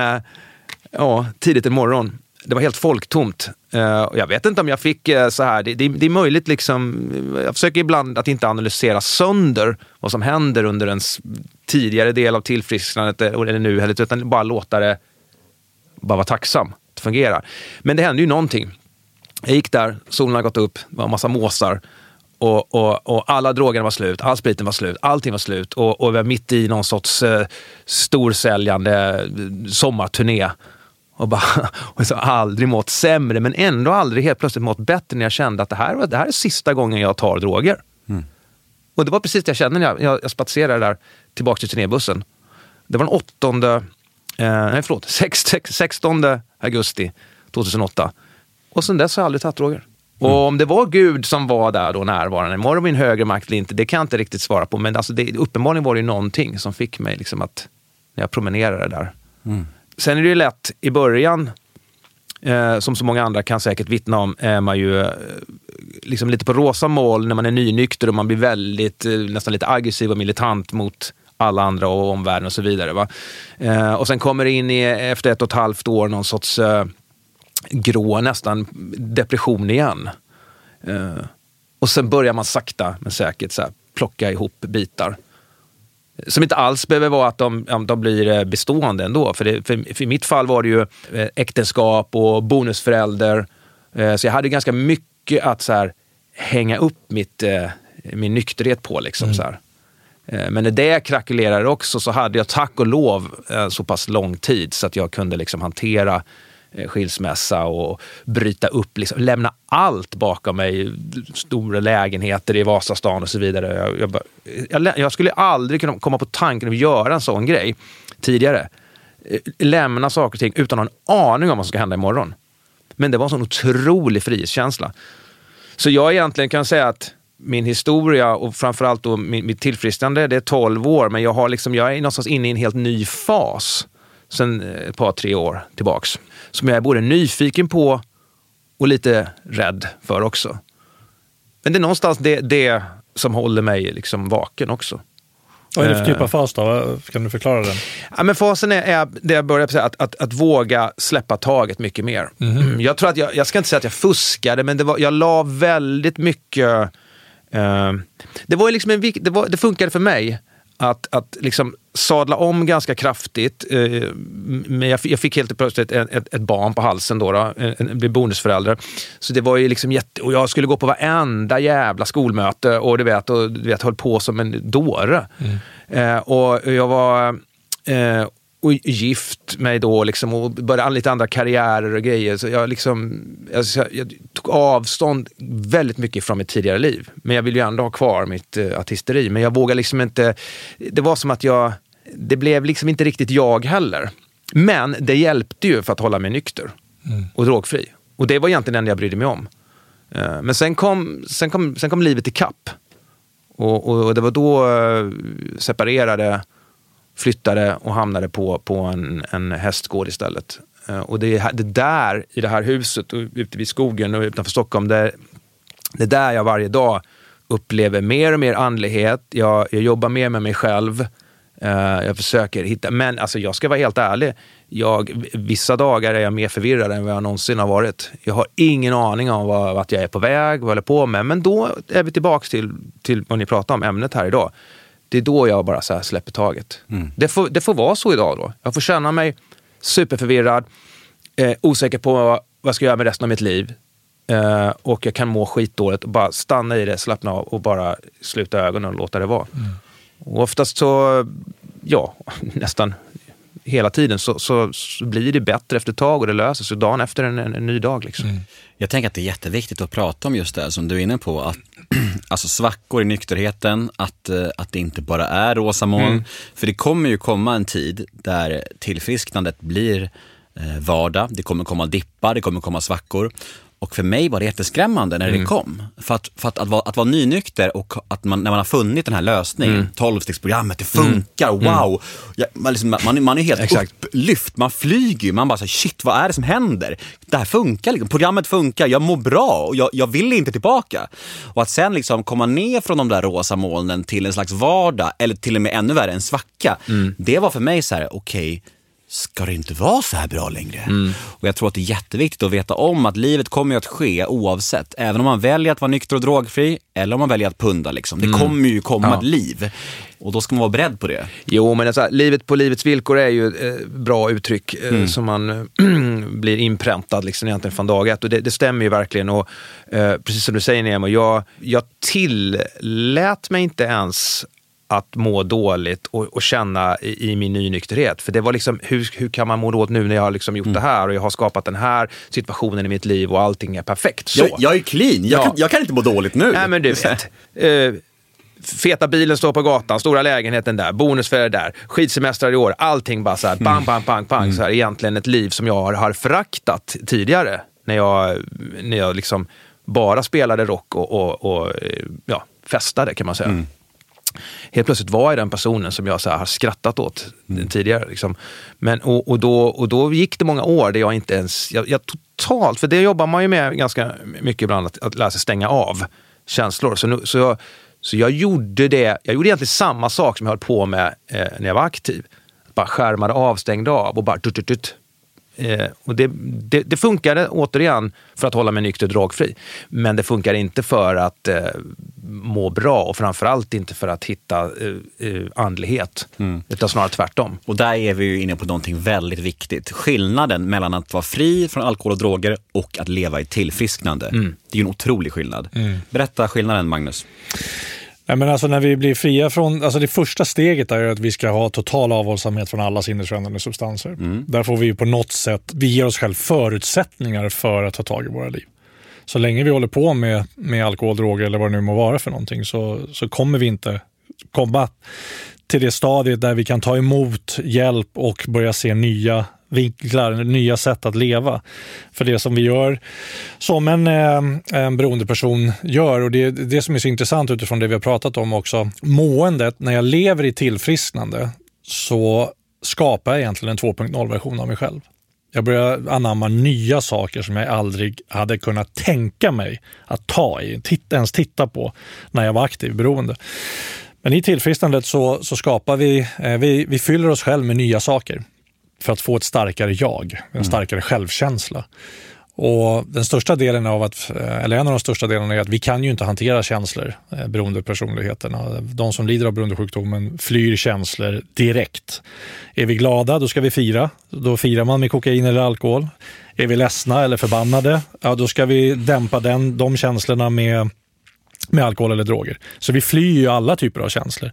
ja, tidigt i morgon. Det var helt folktomt. Jag vet inte om jag fick så här, det, det, det är möjligt liksom, jag försöker ibland att inte analysera sönder vad som händer under en tidigare del av tillfrisknandet eller nu, utan bara låta det bara vara tacksam. Fungerar. Men det hände ju någonting. Jag gick där, solen hade gått upp, det var en massa måsar och, och, och alla drogerna var slut, all spriten var slut, allting var slut och, och vi var mitt i någon sorts eh, storsäljande sommarturné och bara och så aldrig mått sämre, men ändå aldrig helt plötsligt mått bättre när jag kände att det här, det här är sista gången jag tar droger. Mm. Och det var precis det jag kände när jag, jag, jag spatserade där tillbaka till turnébussen. Det var den åttonde eh, nej förlåt, sextonde augusti tjugohundraåtta. Och sen dess har jag aldrig tagit droger. Mm. Och om det var Gud som var där då närvarande, var det min högre makt eller inte, det kan jag inte riktigt svara på. Men alltså det, uppenbarligen var det ju någonting som fick mig liksom att, när jag promenerade där. Mm. Sen är det ju lätt i början, eh, som så många andra kan säkert vittna om, är man ju eh, liksom lite på rosa mål när man är nynykter och man blir väldigt, eh, nästan lite aggressiv och militant mot alla andra och omvärlden och så vidare. Va? Eh, och sen kommer det in i, efter ett och ett halvt år någon sorts eh, grå, nästan depression igen. Eh, och sen börjar man sakta men säkert så här, plocka ihop bitar. Som inte alls behöver vara att de, de blir bestående ändå. För, det, för, för i mitt fall var det ju äktenskap och bonusförälder. Så jag hade ganska mycket att så här, hänga upp mitt, min nykterhet på. Liksom, mm. så här. Men när det krackelerade också så hade jag tack och lov så pass lång tid så att jag kunde liksom hantera skilsmässa och bryta upp, liksom, lämna allt bakom mig, stora lägenheter i Vasastan och så vidare. Jag, jag, jag, jag skulle aldrig kunna komma på tanken att göra en sån grej tidigare. Lämna saker och ting utan att ha en aning om vad som ska hända imorgon. Men det var en sån otrolig frihetskänsla. Så jag egentligen kan säga att min historia och framförallt då mitt tillfrisknande, det är tolv år, men jag, har liksom, jag är någonstans inne i en helt ny fas sen ett par, tre år tillbaks. Som jag är både nyfiken på och lite rädd för också. Men det är någonstans det, det som håller mig liksom vaken också. Vad är det för typ av fas då? Kan du förklara den? Ja, men fasen är, är det jag började säga, att, att, att våga släppa taget mycket mer. Mm. Jag tror att jag, jag ska inte säga att jag fuskade, men det var, jag la väldigt mycket... Uh, det var liksom en, det, var, det funkade för mig att, att liksom sadla om ganska kraftigt. Uh, men jag, jag fick helt plötsligt ett, ett, ett barn på halsen då, då en, en, en bonusförälder. Så det var ju liksom jätte... Och jag skulle gå på varenda jävla skolmöte och du vet, och du vet, höll på som en dåre. Mm. Uh, och jag var... Uh, och gift mig då liksom, och började lite andra karriärer och grejer. Så jag, liksom, jag, jag tog avstånd väldigt mycket från mitt tidigare liv. Men jag ville ju ändå ha kvar mitt uh, artisteri. Men jag vågade liksom inte... Det var som att jag... Det blev liksom inte riktigt jag heller. Men det hjälpte ju för att hålla mig nykter. Mm. Och drogfri. Och det var egentligen det jag brydde mig om. Uh, men sen kom, sen, kom, sen kom livet i kapp. Och, och, och det var då uh, separerade... flyttade och hamnade på, på en, en hästgård istället. Uh, och det är det där, i det här huset och ute vid skogen och utanför Stockholm, det, det är där jag varje dag upplever mer och mer andlighet. Jag, jag jobbar mer med mig själv. Uh, jag försöker hitta, men alltså jag ska vara helt ärlig. Jag, vissa dagar är jag mer förvirrad än vad jag någonsin har varit. Jag har ingen aning om vad, vart jag är på väg, vad jag håller på med. Men då är vi tillbaka till, till vad ni pratar om, ämnet här idag. Det är då jag bara så här släpper taget. Mm. Det, får, det får vara så idag då. Jag får känna mig superförvirrad, eh, osäker på vad jag ska göra med resten av mitt liv. Eh, och jag kan må skitdåligt och bara stanna i det, slappna av och bara sluta ögonen och låta det vara. Mm. Och oftast så, ja, nästan hela tiden så, så, så blir det bättre efter ett tag och det löser sig dagen efter en, en, en ny dag. Liksom. Mm. Jag tänker att det är jätteviktigt att prata om just det som du är inne på. Att, alltså svackor i nykterheten, att, att det inte bara är rosa moln. Mm. För det kommer ju komma en tid där tillfrisknandet blir eh, vardag. Det kommer komma dippar, det kommer komma svackor. Och för mig var det jätteskrämmande när mm. det kom. För att, för att, att, vara, att vara nynykter och att man, när man har funnit den här lösningen, mm. tolvstegsprogrammet, det funkar, mm. wow. Ja, man, liksom, man, man är helt Exakt. upplyft, man flyger, man bara så shit, vad är det som händer? Det här funkar, liksom. Programmet funkar, jag mår bra och jag, jag vill inte tillbaka. Och att sen liksom komma ner från de där rosa molnen till en slags vardag, eller till och med ännu värre, en svacka. Mm. Det var för mig så här, okej, okay, ska det inte vara så här bra längre? Mm. Och jag tror att det är jätteviktigt att veta om att livet kommer ju att ske oavsett. Även om man väljer att vara nykter och drogfri eller om man väljer att punda. Liksom. Det mm. kommer ju komma ja. ett liv. Och då ska man vara beredd på det. Jo, men alltså, livet på livets villkor är ju ett eh, bra uttryck eh, mm. som man eh, blir inpräntad liksom, egentligen från dag ett. Och det, det stämmer ju verkligen. Och eh, precis som du säger, Nemo, jag, jag tillät mig inte ens att må dåligt och, och känna i, i min nynykterhet. För det var liksom, hur, hur kan man må dåligt nu när jag har liksom gjort mm. det här och jag har skapat den här situationen i mitt liv och allting är perfekt. Så. Jag, jag är clean, jag, ja. kan, jag kan inte må dåligt nu. Nej, men du vet. Uh, feta bilen står på gatan, stora lägenheten där, bonusfärd där, skidsemestrar i år, allting bara så här, bang, bang, bang, bang. Mm. Så här, egentligen ett liv som jag har, har föraktat tidigare när jag, när jag liksom bara spelade rock och, och, och ja, festade kan man säga. Mm. Helt plötsligt var jag den personen som jag så här har skrattat åt mm. tidigare. Liksom. Men, och, och, då, och då gick det många år där jag inte ens... Jag, jag totalt, för det jobbar man ju med ganska mycket ibland, att, att lära sig stänga av känslor. Så, nu, så, jag, så jag gjorde det... Jag gjorde egentligen samma sak som jag höll på med eh, när jag var aktiv. Bara skärmade av, stängde av och bara... Tut, tut, tut, Eh, och det, det, det funkade återigen för att hålla mig nykter och drogfri. Men det funkar inte för att eh, må bra och framförallt inte för att hitta eh, eh, andlighet. Mm. Utan snarare tvärtom. Och där är vi ju inne på någonting väldigt viktigt. Skillnaden mellan att vara fri från alkohol och droger och att leva i tillfrisknande. Mm. Det är ju en otrolig skillnad. Mm. Berätta skillnaden, Magnus. Ja, men alltså när vi blir fria från, alltså det första steget är att vi ska ha total avhållsamhet från alla sinnesförändrande substanser. Mm. Där får vi på något sätt, vi ger oss själv förutsättningar för att ta tag i våra liv. Så länge vi håller på med, med alkohol, droger eller vad det nu må vara för någonting så, så kommer vi inte komma till det stadiet där vi kan ta emot hjälp och börja se nya vinklar, nya sätt att leva. För det som vi gör, som en, en beroendeperson gör, och det är det som är så intressant utifrån det vi har pratat om också, måendet, när jag lever i tillfrisknande så skapar jag egentligen en två punkt noll-version av mig själv. Jag börjar anamma nya saker som jag aldrig hade kunnat tänka mig att ta i, titta, ens titta på när jag var aktiv beroende. Men i tillfrisknandet så, så skapar vi, eh, vi, vi fyller oss själv med nya saker för att få ett starkare jag, en starkare mm. självkänsla. Och den största delen av att, eller en av de största delarna är att vi kan ju inte hantera känslor, eh, beroendepersonligheterna. De som lider av beroendesjukdomen flyr känslor direkt. Är vi glada, då ska vi fira. Då firar man med kokain eller alkohol. Är vi ledsna eller förbannade, ja, då ska vi dämpa den, de känslorna med, med alkohol eller droger. Så vi flyr ju alla typer av känslor.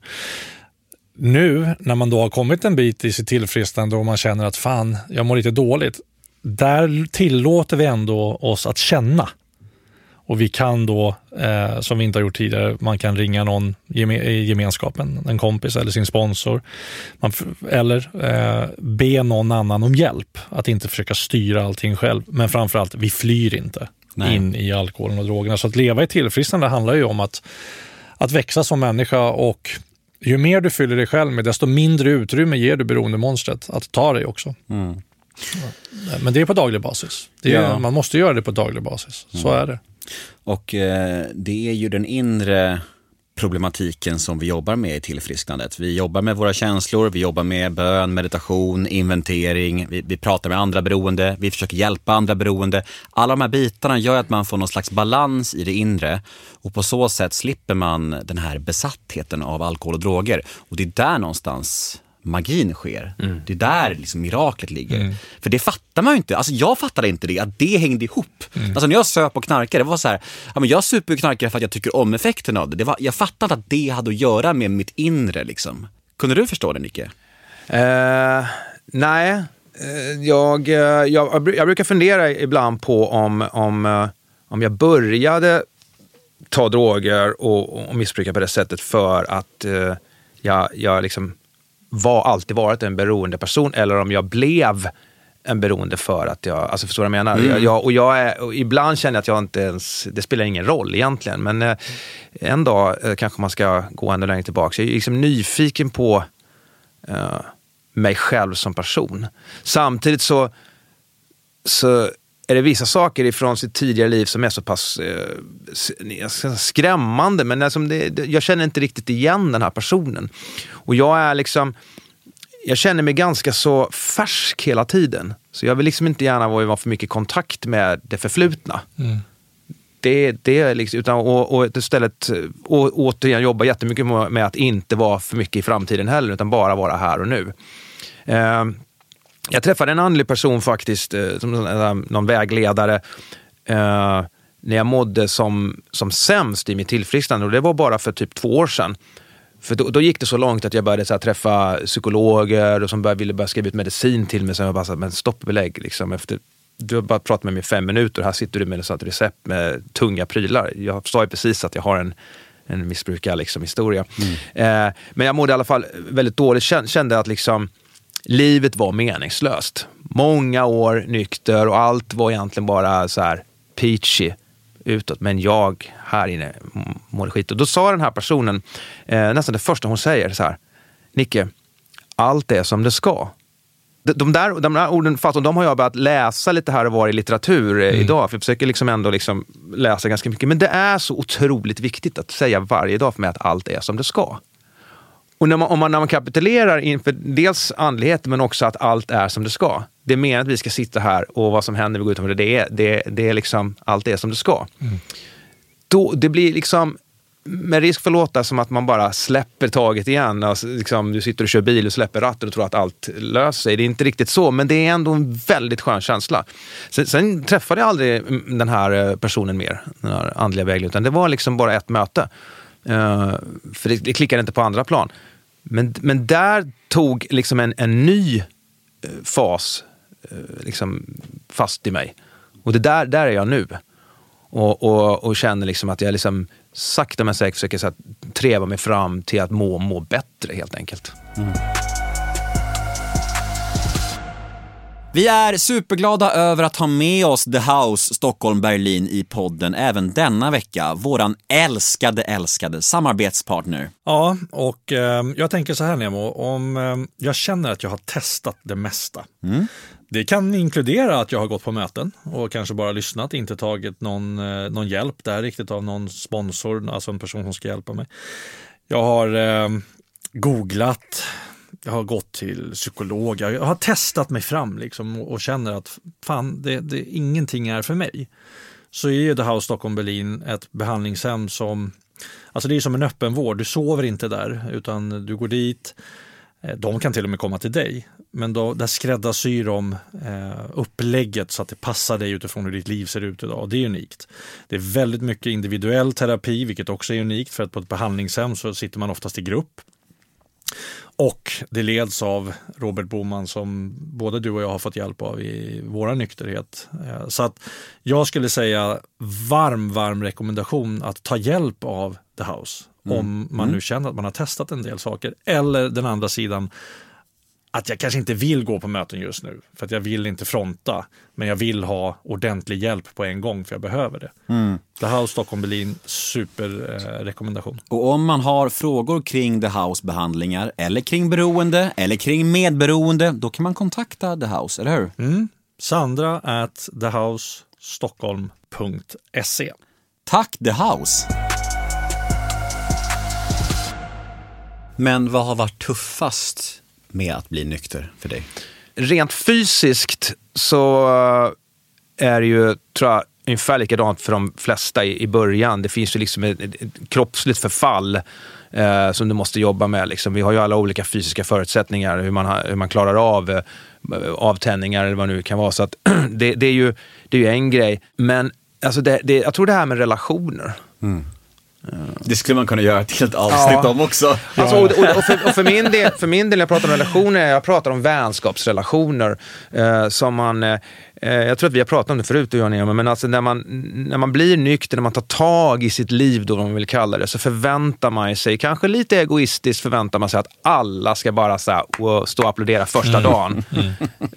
Nu, när man då har kommit en bit i sitt tillfrisknande och man känner att fan, jag mår lite dåligt, där tillåter vi ändå oss att känna. Och vi kan då, eh, som vi inte har gjort tidigare, man kan ringa någon i gemenskapen, en kompis eller sin sponsor. Man f- eller eh, be någon annan om hjälp. Att inte försöka styra allting själv. Men framförallt, vi flyr inte Nej. in i alkoholen och drogerna. Så att leva i tillfrisknande handlar ju om att, att växa som människa, och ju mer du fyller dig själv med, desto mindre utrymme ger du beroendemonstret att ta dig också. Mm. Men det är på daglig basis. Det är, ja. Man måste göra det på daglig basis. Så mm. är det. Och eh, det är ju den inre problematiken som vi jobbar med i tillfrisknandet. Vi jobbar med våra känslor, vi jobbar med bön, meditation, inventering, vi, vi pratar med andra beroende, vi försöker hjälpa andra beroende. Alla de här bitarna gör att man får någon slags balans i det inre, och på så sätt slipper man den här besattheten av alkohol och droger. Och det är där någonstans magin sker. Mm. Det är där liksom miraklet ligger. Mm. För det fattar man ju inte. Alltså jag fattade inte det, att det hängde ihop. Mm. Alltså när jag söp och knarkade, det var så här, ja, men jag super och knarkade för att jag tycker om effekten av det. det var, jag fattade att det hade att göra med mitt inre liksom. Kunde du förstå det, Nicke? Uh, nej. Uh, jag, uh, jag, jag brukar fundera ibland på om, om, uh, om jag började ta droger och, och missbruka på det sättet för att uh, jag, jag liksom var alltid varit en beroende person, eller om jag blev en beroende för att jag, alltså förstår vad jag menar? Mm. Jag, och jag är, och ibland känner jag att jag inte ens, det spelar ingen roll egentligen, men eh, en dag eh, kanske man ska gå ända längre tillbaka. Jag är liksom nyfiken på eh, mig själv som person. Samtidigt så, så är det vissa saker ifrån sitt tidigare liv som är så pass eh, skrämmande, men alltså det, jag känner inte riktigt igen den här personen. Och jag är liksom, jag känner mig ganska så färsk hela tiden. Så jag vill liksom inte gärna vara för mycket i kontakt med det förflutna. Mm. Det, det är liksom, utan och, och istället och, återigen jobba jättemycket med att inte vara för mycket i framtiden heller, utan bara vara här och nu. Eh, Jag träffade en andlig person faktiskt, som någon vägledare, eh, när jag mådde som, som sämst i mitt tillfrisknande. Och det var bara för typ två år sedan. För då, då gick det så långt att jag började så här, träffa psykologer och som började, ville börja skriva ut medicin till mig. Så jag bara så, men stoppbelägg liksom. Efter, du har bara pratat med mig i fem minuter. Här sitter du med ett recept med tunga prylar. Jag sa ju precis att jag har en, en missbrukar liksom, historia. Mm. Eh, men jag mådde i alla fall väldigt dåligt. Kände att liksom livet var meningslöst. Många år nykter och allt var egentligen bara så här peachy utåt. Men jag här inne mådde skit. Och då sa den här personen, eh, nästan det första hon säger så här: Nicke, allt är som det ska. De, de, där, de där orden, fast de har jag börjat läsa lite här och var i litteratur eh, mm. idag. För jag försöker liksom ändå liksom läsa ganska mycket. Men det är så otroligt viktigt att säga varje dag för mig att allt är som det ska. Och när man, om man, när man kapitulerar inför dels andlighet men också att allt är som det ska. Det är mer att vi ska sitta här och vad som händer när vi går utanför det, det är, det, det är liksom allt är som det ska. Mm. Då, det blir liksom med risk för att låta som att man bara släpper taget igen. Alltså, liksom, du sitter och kör bil och släpper ratten och tror att allt löser sig. Det är inte riktigt så, men det är ändå en väldigt skön känsla. Sen, sen träffade jag aldrig den här personen mer, den här andliga vägen, utan det var liksom bara ett möte. Uh, för det, det klickade inte på andra plan. Men, men där tog liksom en, en ny uh, fas uh, liksom fast i mig. Och det där, där är jag nu. Och, och, och känner liksom att jag liksom sakta men säkert försöker så att treva mig fram till att må, må bättre helt enkelt. Mm. Vi är superglada över att ha med oss The House Stockholm Berlin i podden även denna vecka. Våran älskade, älskade samarbetspartner. Ja, och eh, jag tänker så här Nemo, om eh, jag känner att jag har testat det mesta. Mm. Det kan inkludera att jag har gått på möten och kanske bara lyssnat, inte tagit någon, eh, någon hjälp där riktigt av någon sponsor, alltså en person som ska hjälpa mig. Jag har eh, googlat, jag har gått till psykolog, jag har testat mig fram liksom och känner att fan, det, det, ingenting är för mig. Så är ju The House Stockholm Berlin ett behandlingshem som, alltså det är som en öppen vård, du sover inte där utan du går dit, de kan till och med komma till dig, men då, där skräddarsyr de eh, upplägget så att det passar dig utifrån hur ditt liv ser ut idag, och det är unikt. Det är väldigt mycket individuell terapi, vilket också är unikt, för att på ett behandlingshem så sitter man oftast i grupp. Och det leds av Robert Boman som både du och jag har fått hjälp av i våra nykterhet. Så att jag skulle säga varm, varm rekommendation att ta hjälp av The House. Mm. Om man nu känner att man har testat en del saker. Eller den andra sidan, att jag kanske inte vill gå på möten just nu. För att jag vill inte fronta. Men jag vill ha ordentlig hjälp på en gång, för jag behöver det. Mm. The House Stockholm Berlin, super eh, rekommendation. Och om man har frågor kring The House-behandlingar, eller kring beroende, eller kring medberoende, då kan man kontakta The House, eller hur? Mm. Sandra at thehousestockholm punkt se. Tack The House! Men vad har varit tuffast med att bli nykter för dig? Rent fysiskt så är det ju, tror jag, ungefär likadant för de flesta i, i början. Det finns ju liksom ett, ett, ett kroppsligt förfall eh, som du måste jobba med. Liksom. Vi har ju alla olika fysiska förutsättningar, hur man, hur man klarar av eh, avtändningar eller vad det nu kan vara. Så att det, det, är ju, det är ju en grej. Men alltså det, det, jag tror det här med relationer. Mm. Det skulle man kunna göra ett helt avsnitt ja. om också. Alltså, och, och, och, för, och för min del, för min del, jag pratar om relationer, jag pratar om vänskapsrelationer eh, som man, eh, jag tror att vi har pratat om det förut, och jag, men alltså när man, när man blir nykter, när man tar tag i sitt liv då, om man vill kalla det, så förväntar man sig, kanske lite egoistiskt förväntar man sig att alla ska bara så här, stå och applådera första dagen. Mm.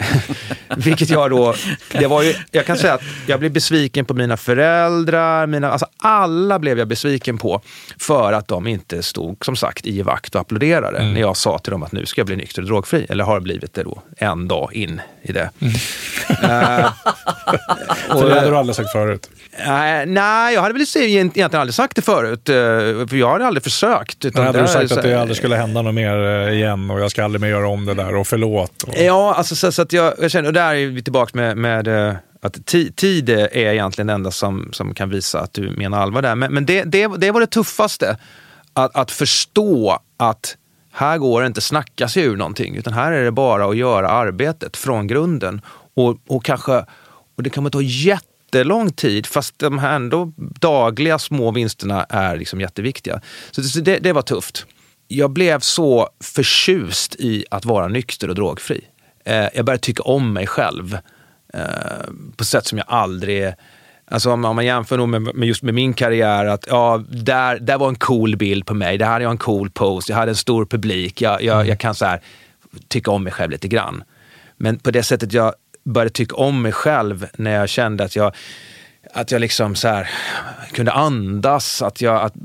Vilket jag då, det var ju, jag kan säga att jag blev besviken på mina föräldrar, mina, alltså alla blev jag besviken på, för att de inte stod, som sagt, i vakt och applåderade mm. när jag sa till dem att nu ska jag bli nykter och drogfri, eller har blivit det då en dag in i det. Mm. uh, och, det hade du aldrig sagt förut? Uh, nej, jag hade väl egentligen aldrig sagt det förut, uh, för jag hade aldrig försökt. Utan hade du sagt så, att det aldrig skulle hända något mer uh, igen, och jag ska aldrig mer göra om det där, och förlåt? Och... Ja, alltså så, så att jag, jag känner, och där är vi tillbaka med, med uh, att t- tid är egentligen det enda som, som kan visa att du menar allvar där. Men, men det, det, det var det tuffaste. Att, att förstå att här går det inte snacka sig ur någonting, utan här är det bara att göra arbetet från grunden. Och, och kanske, och det kan ta jättelång tid, fast de här ändå dagliga små vinsterna är liksom jätteviktiga. Så, så det, det var tufft. Jag blev så förtjust i att vara nykter och drogfri. Eh, jag började tycka om mig själv. Uh, på sätt som jag aldrig, alltså om, om man jämför med, med just med min karriär, att ja, där, där var en cool bild på mig, där hade jag en cool post, jag hade en stor publik, jag, jag, mm. jag kan så här tycka om mig själv lite grann. Men på det sättet jag började tycka om mig själv när jag kände att jag att jag liksom så här kunde andas, att jag att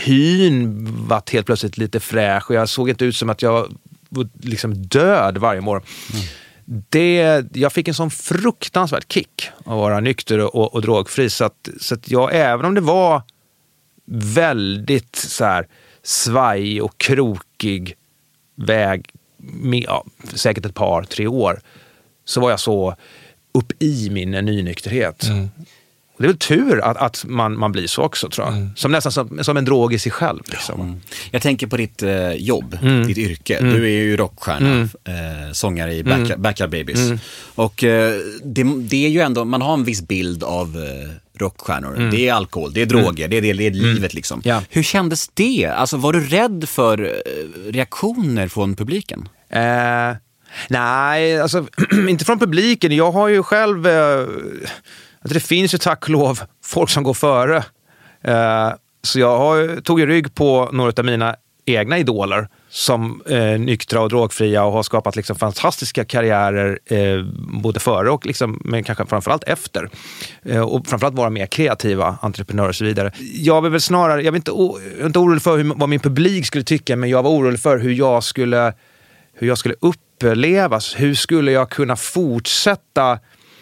hyn var helt plötsligt lite fräsch, och jag såg inte ut som att jag var liksom död varje morgon. Mm. Det, jag fick en sån fruktansvärd kick att vara nykter och, och drogfri, så att, så att jag, även om det var väldigt så här svaj och krokig väg, med, ja, säkert ett par, tre år, så var jag så upp i min nynykterhet. Mm. Och det är väl tur att, att man, man blir så också, tror jag. Mm. Som nästan som, som en drog i sig själv. Liksom. Mm. Jag tänker på ditt eh, jobb, mm. ditt yrke. Mm. Du är ju rockstjärna, mm. eh, sångare i Backyard, mm. Backyard Babies. Mm. Och eh, det, det är ju ändå, man har en viss bild av eh, rockstjärnor. Mm. Det är alkohol, det är droger, mm. det är, det är livet mm. liksom. Ja. Hur kändes det? Alltså, var du rädd för eh, reaktioner från publiken? Eh, nej, alltså inte från publiken. Jag har ju själv... Eh, det finns ju tack och lov folk som går före. Eh, så jag har, tog ju rygg på några av mina egna idoler som eh, nyktra och drogfria och har skapat liksom fantastiska karriärer eh, både före och liksom, men kanske framförallt efter. Eh, och framförallt vara mer kreativa entreprenörer och så vidare. Jag var väl snarare, jag var inte, o, jag var inte orolig för hur, vad min publik skulle tycka, men jag var orolig för hur jag skulle, hur jag skulle upplevas. Hur skulle jag kunna fortsätta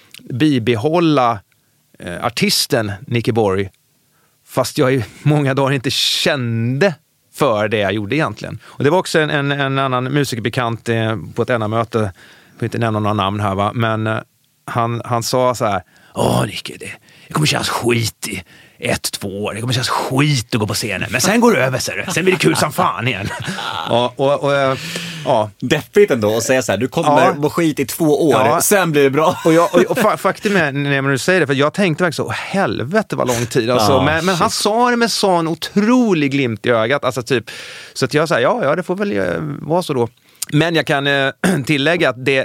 bibehålla eh, artisten Nicky Borg fast jag i många dagar inte kände för det jag gjorde egentligen. Och det var också en, en, en annan musikerbekant eh, på ett ena möte, jag får inte nämna några namn här va, men eh, han, han sa så här: åh Nicky, det, det kommer kännas skit i ett, två år, det kommer kännas skit att gå på scenen, men sen går det över sig, sen blir det kul som fan igen. Ja, och, och, och ja. Deppigt ändå att säga så här, du kommer ja. må skit i två år, ja. sen blir det bra. Och, jag, och, och faktum är, när du säger det, för jag tänkte verkligen så, helvete vad lång tid. Alltså, ja, men, men han sa det med sån otrolig glimt i ögat. Alltså, typ, så att jag sa, ja, ja, det får väl vara så då. Men jag kan eh, tillägga att det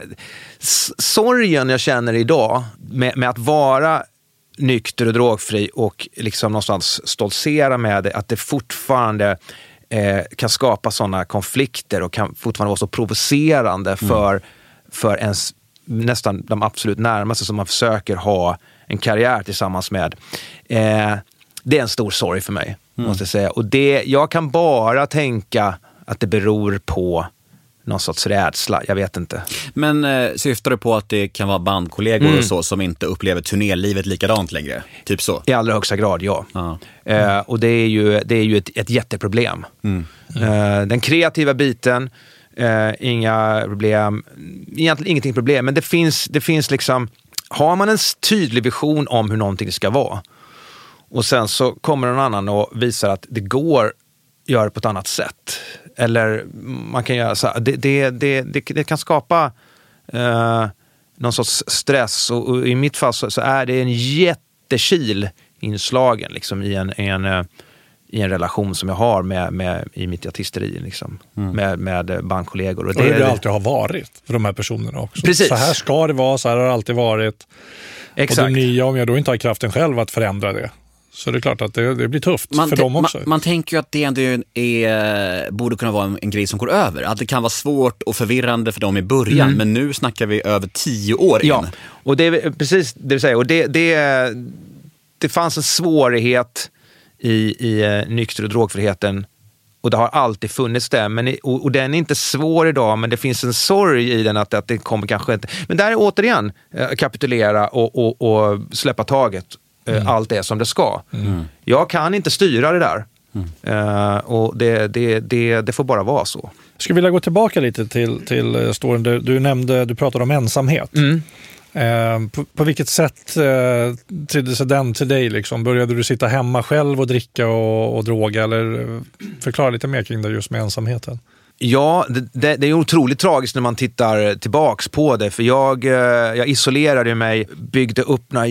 sorgen jag känner idag med, med att vara nykter och drogfri och liksom någonstans stoltsera med det, att det fortfarande eh, kan skapa sådana konflikter och kan fortfarande vara så provocerande för, mm. för ens nästan de absolut närmaste som man försöker ha en karriär tillsammans med. Eh, det är en stor sorg för mig, mm. måste jag säga. Och det, jag kan bara tänka att det beror på någon sorts rädsla, jag vet inte. Men eh, syftar du på att det kan vara bandkollegor mm. och så som inte upplever turnélivet likadant längre? Typ så? I allra högsta grad, ja. Ah. Mm. Eh, och det är ju, det är ju ett, ett jätteproblem. Mm. Mm. Eh, den kreativa biten, eh, inga problem, egentligen ingenting problem, men det finns, det finns liksom, har man en tydlig vision om hur någonting ska vara och sen så kommer någon annan och visar att det går göra det på ett annat sätt. Eller man kan göra så här, det, det, det, det, det kan skapa eh, någon sorts stress och, och i mitt fall så, så är det en jättekil inslagen liksom, i, en, en, i en relation som jag har med, med, i mitt artisteri liksom, mm. med, med bandkollegor. Och det, och det, det alltid har varit för de här personerna också. Precis. Så här ska det vara, så här har det alltid varit. Exakt. Och det nya, om jag då inte har kraften själv att förändra det, så det är klart att det, det blir tufft man för dem också. Man, man tänker ju att det ändå är, borde kunna vara en, en grej som går över. Att det kan vara svårt och förvirrande för dem i början. Mm. Men nu snackar vi över tio år in. Ja, och det är precis det du säger. Och det, det, det fanns en svårighet i, i nykter- och drogfriheten. Och det har alltid funnits det. Men, och, och den är inte svår idag, men det finns en sorg i den att, att det kommer kanske inte... Men där är återigen kapitulera och, och, och släppa taget. Mm. Allt är som det ska. Mm. Jag kan inte styra det där. Mm. Uh, och det, det, det, det får bara vara så. Jag skulle vilja gå tillbaka lite till, till storyn. Du, du nämnde, du pratade om ensamhet. Mm. Uh, på, på vilket sätt uh, tydde sig den till dig? Liksom? Började du sitta hemma själv och dricka och, och droga? Eller förklara lite mer kring det just med ensamheten. Ja, det, det, det är otroligt tragiskt när man tittar tillbaks på det. För jag, jag isolerade mig, byggde upp några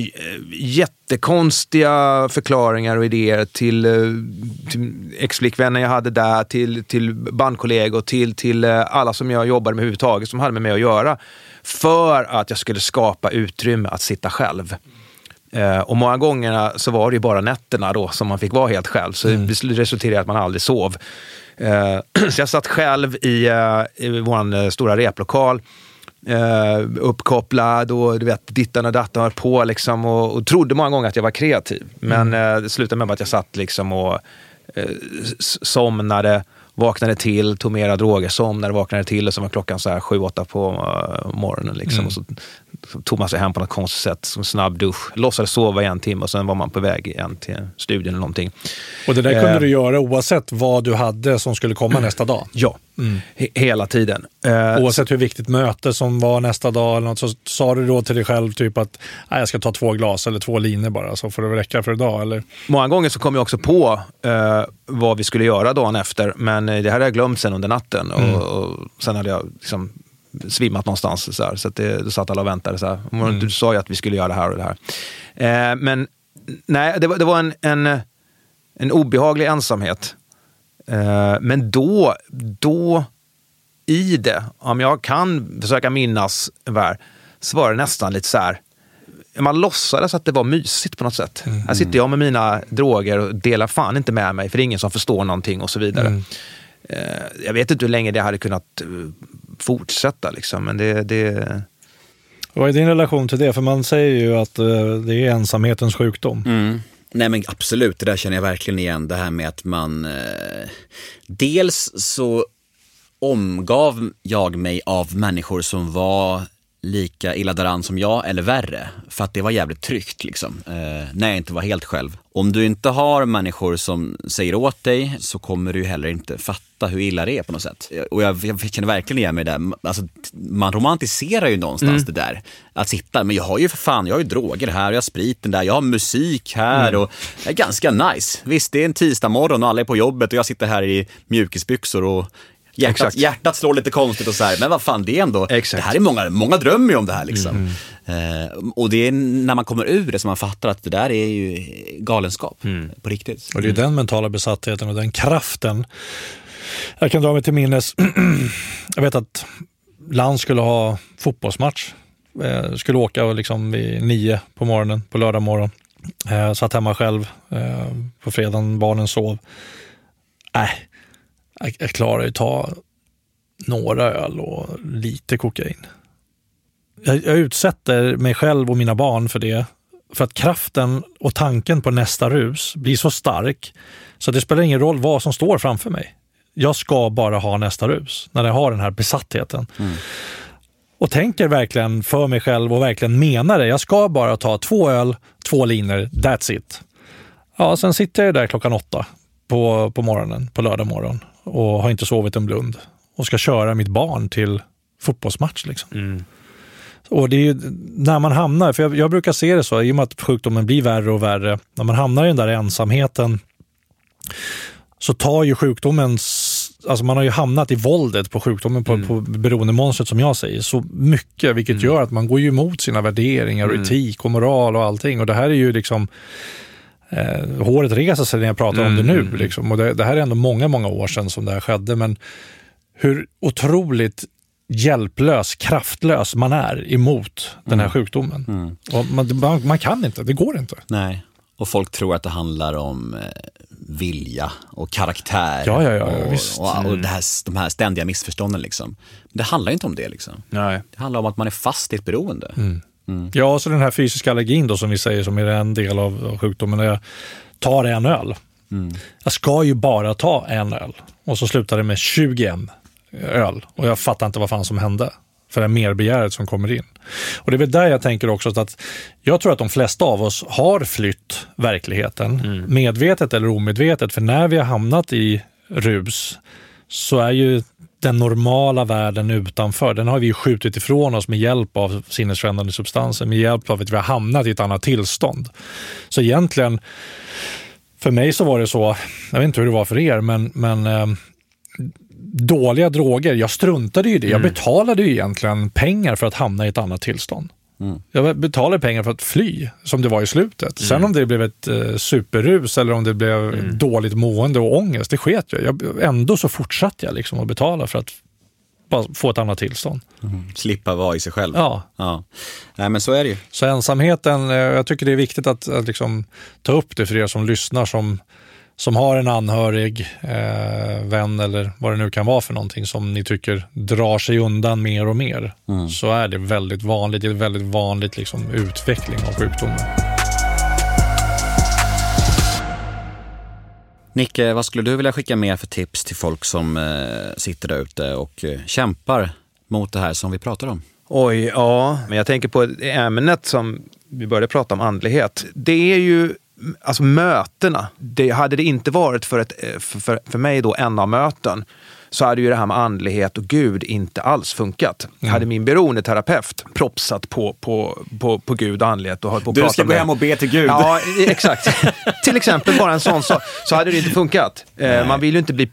jättekonstiga förklaringar och idéer till, till ex-flickvänner jag hade där, till, till bandkollegor, till, till alla som jag jobbade med överhuvudtaget som hade med mig att göra. För att jag skulle skapa utrymme att sitta själv. Och många gånger så var det ju bara nätterna då som man fick vara helt själv. Så mm. det resulterade i att man aldrig sov. Uh, så jag satt själv i, uh, i vår stora replokal uh, uppkopplad och du vet, dittan och dattan var på liksom, och, och trodde många gånger att jag var kreativ. Men mm. uh, det slutade med att jag satt liksom och uh, somnade, vaknade till, tog mera droger, somnade, vaknade till och så var klockan så här sju, åtta på uh, morgonen liksom. Mm. Och så Så tog man sig hem på något konstigt sätt, som snabb dusch. Låtsades sova i en timme och sen var man på väg igen till studion eller någonting. Och det där kunde eh, du göra oavsett vad du hade som skulle komma mm. nästa dag? Ja, mm. He- hela tiden. Eh, oavsett hur viktigt möte som var nästa dag eller något, så sa du då till dig själv typ att jag ska ta två glas eller två linor bara, så får det räcka för idag, eller? Många gånger så kom jag också på eh, vad vi skulle göra dagen efter, men det här hade jag glömt sen under natten och, mm. och sen hade jag liksom svimmat någonstans så, här, så att det, då satt alla och väntade så här. Mm. Du sa ju att vi skulle göra det här och det här. Eh, men nej, det var, det var en, en, en obehaglig ensamhet. Eh, men då, då i det, om jag kan försöka minnas vär, så var det nästan lite så här, man låtsades att det var mysigt på något sätt. Mm. Här sitter jag med mina droger och delar fan inte med mig, för det är ingen som förstår någonting och så vidare. Mm. Jag vet inte hur länge det hade kunnat fortsätta liksom, men det, det... Vad är din relation till det? För man säger ju att det är ensamhetens sjukdom. Mm. Nej men absolut, det där känner jag verkligen igen. Det här med att man... Eh, dels så omgav jag mig av människor som var lika illa däran som jag eller värre, för att det var jävligt tryggt liksom, eh, när jag inte var helt själv. Om du inte har människor som säger åt dig, så kommer du heller inte fatta hur illa det är på något sätt. Och jag, jag känner verkligen igen mig där. Alltså, man romantiserar ju någonstans mm. det där att sitta, men jag har ju för fan, jag har ju droger här, jag har spriten där, jag har musik här mm. och det är ganska nice. Visst, det är en tisdag morgon och alla är på jobbet och jag sitter här i mjukisbyxor och Hjärtat, hjärtat slår lite konstigt och så här, men vad fan, det är ändå, Exakt. det här är många, många drömmer ju om det här liksom. Mm. Eh, och det är när man kommer ur det som man fattar att det där är ju galenskap mm. på riktigt. Och det är mm. den mentala besattheten och den kraften. Jag kan dra mig till minnes, jag vet att Land skulle ha fotbollsmatch, eh, skulle åka liksom vid nio på morgonen, på lördag morgon. Eh, satt hemma själv, eh, på fredagen, barnen sov. Nej. Äh. Jag klarar ju ta några öl och lite kokain. Jag, jag utsätter mig själv och mina barn för det. För att kraften och tanken på nästa rus blir så stark så det spelar ingen roll vad som står framför mig. Jag ska bara ha nästa rus när jag har den här besattheten. Mm. Och tänker verkligen för mig själv och verkligen menar det. Jag ska bara ta två öl, två linor, that's it. Ja, sen sitter jag där klockan åtta på, på morgonen, på lördag morgon. Och har inte sovit en blund. Och ska köra mitt barn till fotbollsmatch liksom. Mm. Och det är ju när man hamnar, för jag, jag brukar se det så, i och med att sjukdomen blir värre och värre. När man hamnar i den där ensamheten så tar ju sjukdomens, alltså man har ju hamnat i våldet på sjukdomen, på, mm. på beroendemonstret som jag säger, så mycket, vilket mm. gör att man går ju emot sina värderingar och mm. etik och moral och allting. Och det här är ju liksom Eh, håret reser sig när jag pratar mm. om det nu liksom. Och det, det här är ändå många, många år sedan som det här skedde, men hur otroligt hjälplös, kraftlös man är emot mm. den här sjukdomen. Mm. Och man, man, man kan inte, det går inte. Nej, och folk tror att det handlar om eh, vilja och karaktär. Ja, ja, ja, och, visst. och, och, och det här, de här ständiga missförstånden liksom. Men det handlar inte om det liksom. Nej. Det handlar om att man är fast i ett beroende. Mm. Mm. Ja, så den här fysiska allergin då som vi säger, som är en del av sjukdomen, när jag tar en öl. Mm. Jag ska ju bara ta en öl. Och så slutar det med tjugoen öl. Och jag fattar inte vad fan som hände. För det är merbegäret som kommer in. Och det är väl där jag tänker också att jag tror att de flesta av oss har flytt verkligheten. Mm. Medvetet eller omedvetet. För när vi har hamnat i rus så är ju den normala världen utanför, den har vi ju skjutit ifrån oss med hjälp av sinnesförändrande substanser, med hjälp av att vi har hamnat i ett annat tillstånd. Så egentligen, för mig så var det så, jag vet inte hur det var för er, men, men eh, dåliga droger, jag struntade i det. Jag betalade ju egentligen pengar för att hamna i ett annat tillstånd. Mm. Jag betalade pengar för att fly, som det var i slutet. Mm. Sen om det blev ett eh, superrus eller om det blev mm. dåligt mående och ångest, det sket jag. jag. Ändå så fortsatte jag liksom att betala för att bara få ett annat tillstånd. Mm. Slippa vara i sig själv. Ja. ja. Nej, men så är det ju. Så ensamheten, eh, jag tycker det är viktigt att, att liksom ta upp det för er som lyssnar, som som har en anhörig, eh, vän eller vad det nu kan vara för någonting som ni tycker drar sig undan mer och mer. Mm. Så är det väldigt vanligt, det är väldigt vanligt liksom utveckling av sjukdomen. Nicke, vad skulle du vilja skicka med för tips till folk som eh, sitter där ute och eh, kämpar mot det här som vi pratar om? Oj, ja. Men jag tänker på ämnet som vi började prata om, andlighet. Det är ju, alltså mötena. Det hade det inte varit för, ett, för, för mig då en av möten, så hade ju det här med andlighet och Gud inte alls funkat. Mm. Hade min beroendeterapeut propsat på, på, på, på Gud och andlighet och höll på att du prata ska gå med, hem och be till Gud. Ja, exakt. Till exempel bara en sån sak, så hade det inte funkat. Eh, man vill ju inte bli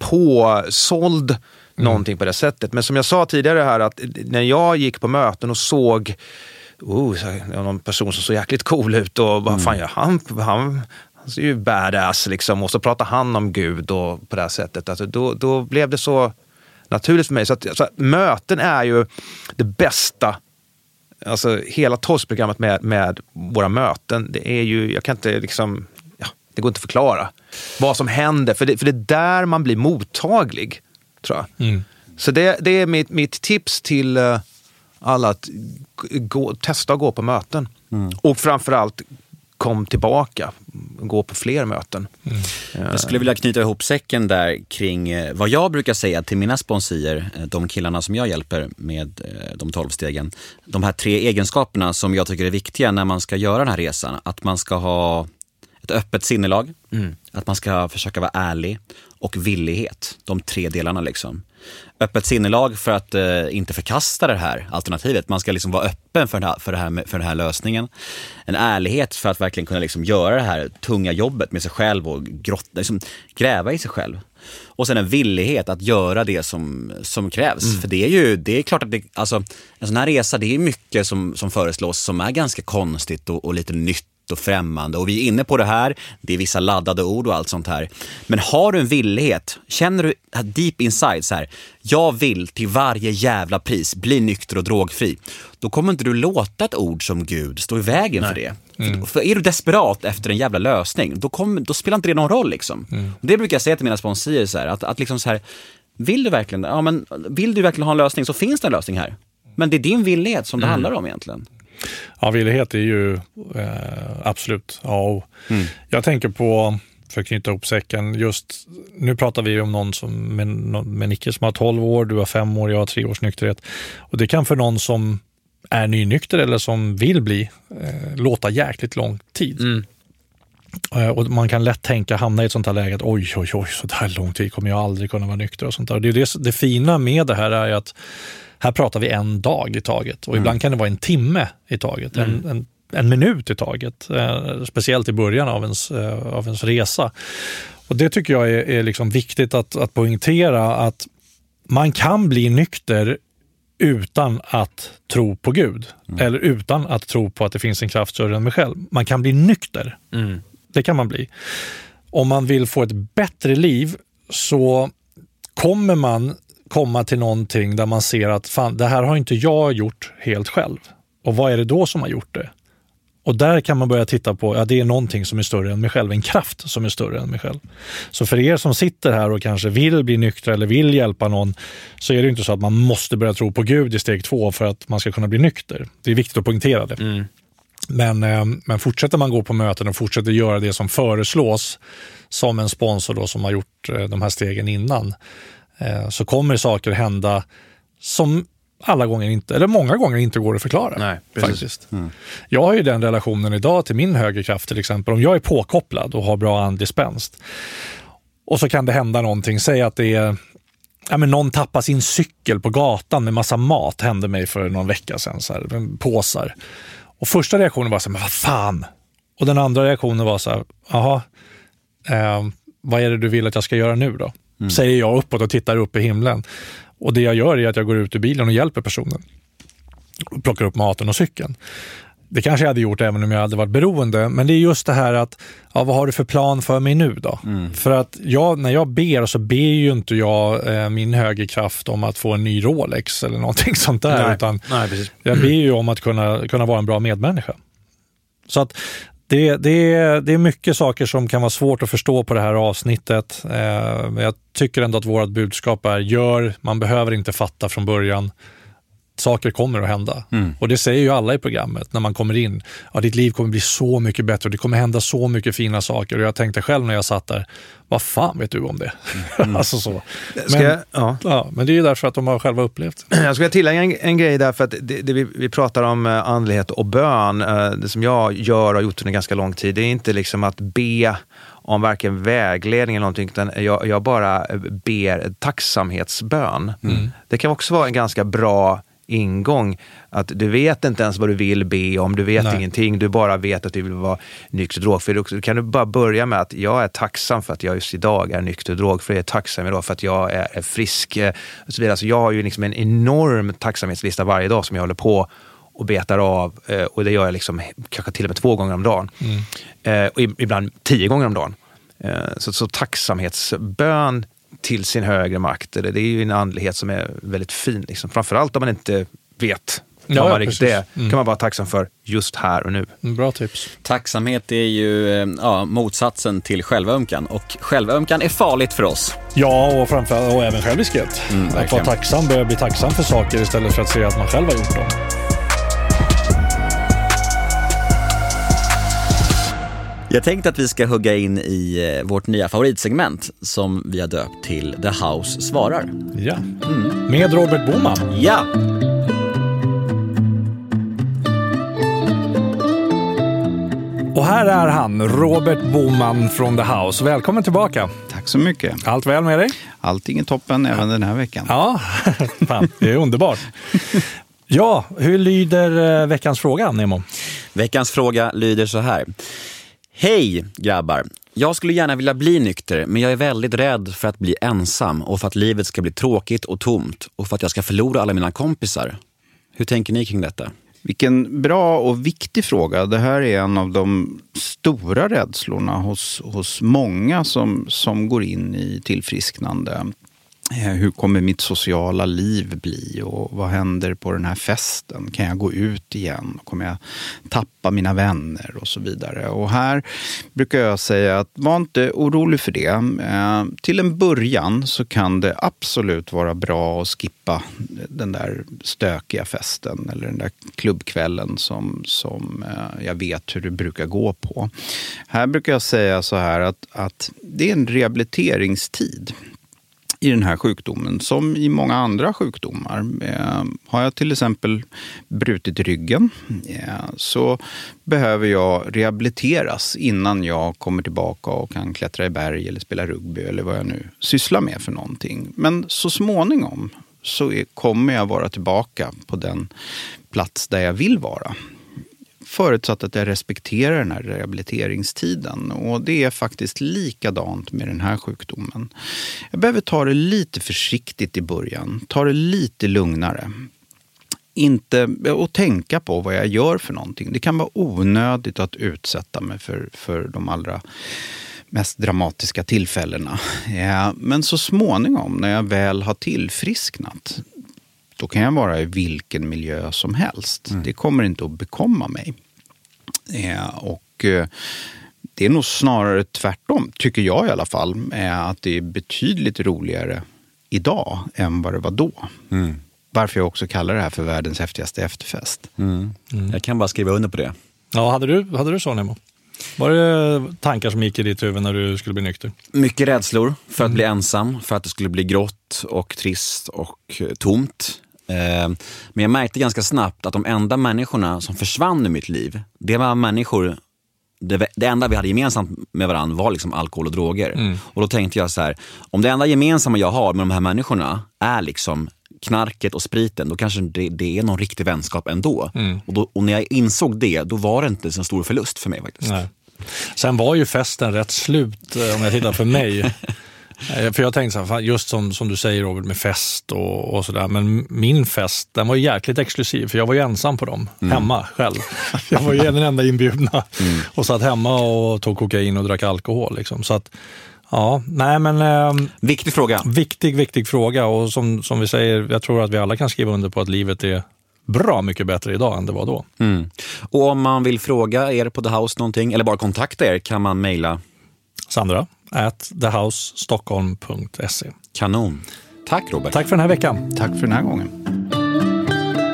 påsåld mm. någonting på det sättet. Men som jag sa tidigare här, att när jag gick på möten och såg oh, någon person som så jäkligt cool ut och vad mm. fan gör han? Han Han är ju badass liksom, och så pratar han om Gud och på det här sättet. Alltså, då, då blev det så naturligt för mig. Så att, så att möten är ju det bästa. Alltså hela torgsprogrammet med, med våra möten, det är ju, jag kan inte liksom, ja, det går inte att förklara vad som händer. För det, för det är där man blir mottaglig, tror jag. Mm. Så det, det är mitt, mitt tips till uh, alla att gå, testa att gå på möten. Mm. Och framförallt kom tillbaka, gå på fler möten. Mm. Jag skulle vilja knyta ihop säcken där kring vad jag brukar säga till mina sponsorer, de killarna som jag hjälper med de tolv stegen. De här tre egenskaperna som jag tycker är viktiga när man ska göra den här resan. Att man ska ha ett öppet sinnelag, mm. att man ska försöka vara ärlig och villighet. De tre delarna liksom. Öppet sinnelag för att eh, inte förkasta det här alternativet. Man ska liksom vara öppen för, det här, för, det här, för den här lösningen. En ärlighet för att verkligen kunna liksom göra det här tunga jobbet med sig själv och grotta, liksom, gräva i sig själv. Och sen en villighet att göra det som, som krävs. Mm. För det är ju, det är klart att det, alltså, en sån här resa, det är mycket som, som föreslås som är ganska konstigt och, och lite nytt och främmande, och vi är inne på det här, det är vissa laddade ord och allt sånt här, men har du en villighet, känner du deep inside så här, jag vill till varje jävla pris bli nykter och drogfri, då kommer inte du låta ett ord som Gud stå i vägen. Nej. För det. Mm. För är du desperat efter en jävla lösning, då, kommer, då spelar inte det någon roll liksom. Mm. Det brukar jag säga till mina sponsorer så här, att, att liksom så här, vill du verkligen, ja men vill du verkligen ha en lösning, så finns det en lösning här. Men det är din villighet som det mm. handlar om egentligen. Ja, villighet är ju eh, absolut ja. Mm. Jag tänker på, för att knyta ihop säcken, just nu pratar vi om någon som med, med Nicke som har tolv år, du har fem år, jag har tre års nykterhet. Och det kan för någon som är nynykter eller som vill bli eh, låta jäkligt lång tid. Mm. Eh, och man kan lätt tänka, hamna i ett sånt här läge att oj, oj, oj, så där lång tid kommer jag aldrig kunna vara nykter och sånt där. Och det, är det, det fina med det här är att här pratar vi en dag i taget och mm. ibland kan det vara en timme i taget, mm. en, en, en minut i taget, eh, speciellt i början av ens, eh, av ens resa. Och det tycker jag är, är liksom viktigt att, att poängtera, att man kan bli nykter utan att tro på Gud mm. eller utan att tro på att det finns en kraft större än mig själv. Man kan bli nykter, mm. det kan man bli. Om man vill få ett bättre liv så kommer man komma till någonting där man ser att fan, det här har inte jag gjort helt själv. Och vad är det då som har gjort det? Och där kan man börja titta på, ja, det är någonting som är större än mig själv, en kraft som är större än mig själv. Så för er som sitter här och kanske vill bli nyktra eller vill hjälpa någon, så är det inte så att man måste börja tro på Gud i steg två för att man ska kunna bli nykter. Det är viktigt att poängtera det. Mm. Men, eh, men fortsätter man gå på möten och fortsätter göra det som föreslås som en sponsor då som har gjort eh, de här stegen innan, så kommer saker hända som alla gånger inte, eller många gånger inte går att förklara. Nej, faktiskt. Mm. Jag har ju den relationen idag till min högre kraft till exempel. Om jag är påkopplad och har bra andlig spänst och så kan det hända någonting, säg att det är ja, men någon tappar sin cykel på gatan med massa mat, hände mig för någon vecka sedan, så här, påsar. Och första reaktionen var så här, men vad fan? Och den andra reaktionen var så här, jaha, eh, vad är det du vill att jag ska göra nu då? Mm. Säger jag uppåt och tittar upp i himlen. Och det jag gör är att jag går ut ur bilen och hjälper personen. Och plockar upp maten och cykeln. Det kanske jag hade gjort även om jag hade varit beroende. Men det är just det här att, ja, vad har du för plan för mig nu då? Mm. För att jag, när jag ber så ber ju inte jag eh, min högerkraft om att få en ny Rolex eller någonting sånt där. Nej. Utan Nej, precis. Jag ber ju om att kunna, kunna vara en bra medmänniska. Så att Det, det, är, det är mycket saker som kan vara svårt att förstå på det här avsnittet. Eh, men jag tycker ändå att vårt budskap är, gör, man behöver inte fatta från början. saker kommer att hända. Mm. Och det säger ju alla i programmet när man kommer in. Ja, ditt liv kommer bli så mycket bättre och det kommer hända så mycket fina saker. Och jag tänkte själv när jag satt där, vad fan vet du om det? Mm. alltså så. Men, Ska jag, ja. ja, men det är ju därför att de har själva upplevt. Jag skulle tillägga en, en grej där, för att det, det vi, vi pratar om uh, andlighet och bön. Uh, det som jag gör och har gjort under ganska lång tid, det är inte liksom att be om varken vägledning eller någonting, utan jag, jag bara ber tacksamhetsbön. Mm. Det kan också vara en ganska bra ingång, att du vet inte ens vad du vill be om, du vet Nej. ingenting, du bara vet att du vill vara nykter och drogfri. Då kan du bara börja med att jag är tacksam för att jag just idag är nykter och drogfri, jag är tacksam idag för att jag är, är frisk och så vidare. Så jag har ju liksom en enorm tacksamhetslista varje dag som jag håller på och betar av, och det gör jag liksom kanske till och med två gånger om dagen. Mm. Och ibland tio gånger om dagen. Så, så tacksamhetsbön till sin högre makt, det är ju en andlighet som är väldigt fin. Liksom. Framförallt om man inte vet vad ja, man riktigt är, mm. kan man vara tacksam för just här och nu. Bra tips. Tacksamhet är ju ja, motsatsen till självömkan, och självömkan är farligt för oss. Ja, och framförallt och även själviskhet. Mm, att vara tacksam, börja bli tacksam för saker istället för att se att man själv har gjort dem. Jag tänkte att vi ska hugga in i vårt nya favoritsegment som vi har döpt till The House svarar. Ja, mm. med Robert Boman. Ja. Och här är han, Robert Boman från The House. Välkommen tillbaka. Tack så mycket. Allt väl med dig? Allting är toppen, även den här veckan. Ja, fan, det är underbart. Ja, hur lyder veckans fråga, Nemo? Veckans fråga lyder så här. Hej grabbar, jag skulle gärna vilja bli nykter, men jag är väldigt rädd för att bli ensam och för att livet ska bli tråkigt och tomt och för att jag ska förlora alla mina kompisar. Hur tänker ni kring detta? Vilken bra och viktig fråga. Det här är en av de stora rädslorna hos, hos många som, som går in i tillfrisknande. Hur kommer mitt sociala liv bli och vad händer på den här festen? Kan jag gå ut igen? Kommer jag tappa mina vänner och så vidare? Och här brukar jag säga att var inte orolig för det. Eh, till en början så kan det absolut vara bra att skippa den där stökiga festen eller den där klubbkvällen som, som eh, jag vet hur du brukar gå på. Här brukar jag säga så här att, att det är en rehabiliteringstid i den här sjukdomen, som i många andra sjukdomar. Eh, har jag till exempel brutit ryggen eh, så behöver jag rehabiliteras innan jag kommer tillbaka och kan klättra i berg eller spela rugby eller vad jag nu sysslar med för någonting. Men så småningom så är, kommer jag vara tillbaka på den plats där jag vill vara. Förutsatt att jag respekterar den här rehabiliteringstiden. Och det är faktiskt likadant med den här sjukdomen. Jag behöver ta det lite försiktigt i början. Ta det lite lugnare. Inte, och tänka på vad jag gör för någonting. Det kan vara onödigt att utsätta mig för, för de allra mest dramatiska tillfällena. Ja, men så småningom när jag väl har tillfrisknat, då kan jag vara i vilken miljö som helst. Mm. Det kommer inte att bekomma mig. Eh, och eh, det är nog snarare tvärtom, tycker jag i alla fall, eh, att det är betydligt roligare idag än vad det var då. Mm. Varför jag också kallar det här för världens häftigaste efterfest. Mm. Mm. Jag kan bara skriva under på det. Ja, hade du, hade du så, Nemo? Var det tankar som gick i ditt huvud när du skulle bli nykter? Mycket rädslor för att mm. bli ensam, för att det skulle bli grått och trist och tomt. Men jag märkte ganska snabbt att de enda människorna som försvann i mitt liv, det var människor, det, det enda vi hade gemensamt med varandra var liksom alkohol och droger. Mm. Och då tänkte jag så här, om det enda gemensamma jag har med de här människorna är liksom knarket och spriten, då kanske det, det är någon riktig vänskap ändå. Mm. Och, då, och när jag insåg det, då var det inte så stor förlust för mig faktiskt. Nej. Sen var ju festen rätt slut om jag tittar för mig. För jag tänkte så här, just som, som du säger Robert, med fest och, och sådär. Men min fest, den var ju jäkligt exklusiv. För jag var ju ensam på dem, mm. hemma själv. Jag var ju den enda inbjudna. Mm. Och satt hemma och tog kokain och drack alkohol liksom. Så att, ja, nej men... Eh, viktig fråga. Viktig, viktig fråga. Och som, som vi säger, jag tror att vi alla kan skriva under på att livet är bra mycket bättre idag än det var då. Mm. Och om man vill fråga er på The House någonting, eller bara kontakta er, kan man mejla Sandra at thehousestockholm punkt se. Kanon. Tack Robert. Tack för den här veckan. Tack för den här gången.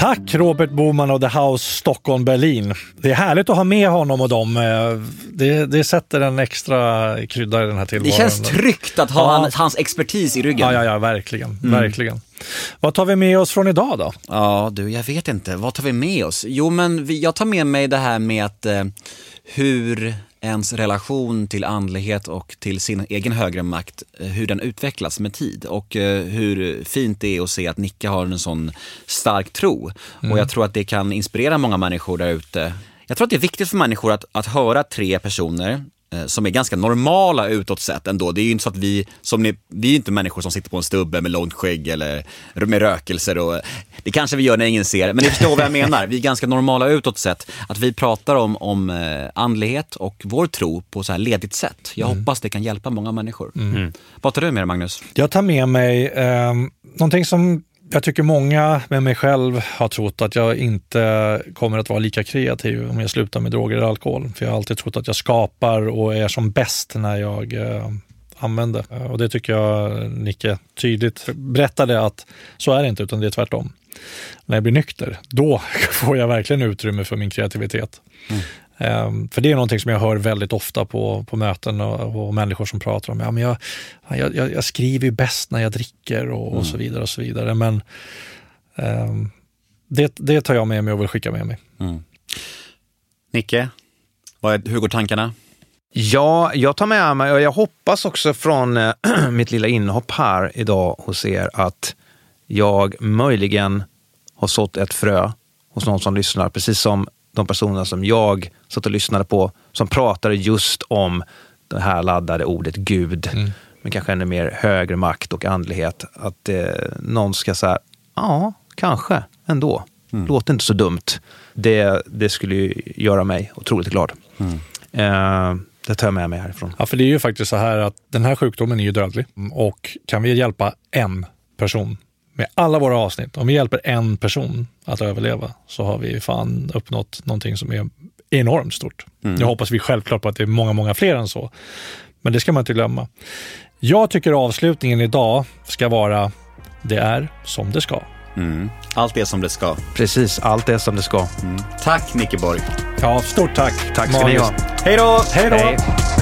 Tack Robert Boman och The House Stockholm Berlin. Det är härligt att ha med honom och dem. Det, det sätter en extra krydda i den här tillvaron. Det känns tryggt att ha ja. hans, hans expertis i ryggen. Ja, ja, ja verkligen. Mm. verkligen. Vad tar vi med oss från idag då? Ja, du, jag vet inte. Vad tar vi med oss? Jo, men vi, jag tar med mig det här med att eh, hur ens relation till andlighet och till sin egen högre makt, hur den utvecklas med tid och eh, hur fint det är att se att Nicke har en sån stark tro. Mm. Och jag tror att det kan inspirera många människor där ute. Jag tror att det är viktigt för människor att, att höra tre personer eh, som är ganska normala utåt sett ändå. Det är ju inte så att vi, som ni, vi är inte människor som sitter på en stubbe med långt skägg eller med rökelser. Och, det kanske vi gör när ingen ser, men ni förstår vad jag menar. Vi är ganska normala utåt sett. Att vi pratar om, om eh, andlighet och vår tro på så här ledigt sätt. Jag mm. hoppas det kan hjälpa många människor. Mm. Vad tar du med dig, Magnus? Jag tar med mig eh, någonting som jag tycker många med mig själv har trott, att jag inte kommer att vara lika kreativ om jag slutar med droger eller alkohol. För jag har alltid trott att jag skapar och är som bäst när jag eh, använder. Och det tycker jag Nicke tydligt berättade att så är det inte, utan det är tvärtom. När jag blir nykter, då får jag verkligen utrymme för min kreativitet. Mm. Um, för det är någonting som jag hör väldigt ofta på, på möten och, och människor som pratar om ja, men jag, jag, jag skriver ju bäst när jag dricker och, mm. och så vidare och så vidare. Men um, det, det tar jag med mig och vill skicka med mig. Mm. Nicke, vad är, hur går tankarna? Ja, jag tar med mig och jag hoppas också från äh, mitt lilla inhopp här idag hos er att jag möjligen har sått ett frö hos någon som lyssnar, precis som de personer som jag satt och lyssnade på som pratade just om det här laddade ordet Gud, mm. men kanske ännu mer högre makt och andlighet. Att eh, någon ska säga, ja, kanske ändå. Mm. Låter inte så dumt. Det, det skulle ju göra mig otroligt glad. Mm. Eh, det tar jag med mig härifrån. Ja, för det är ju faktiskt så här att den här sjukdomen är ju dödlig. Och kan vi hjälpa en person med alla våra avsnitt, om vi hjälper en person att överleva, så har vi fan uppnått någonting som är enormt stort. Mm. Jag hoppas vi självklart på att det är många, många fler än så. Men det ska man inte glömma. Jag tycker avslutningen idag ska vara det är som det ska. Mm. Allt är som det ska. Precis, allt är som det ska. Mm. Tack Nicke Borg. Ja, stort tack. Tack ska ni ha. Hej då! Hej då!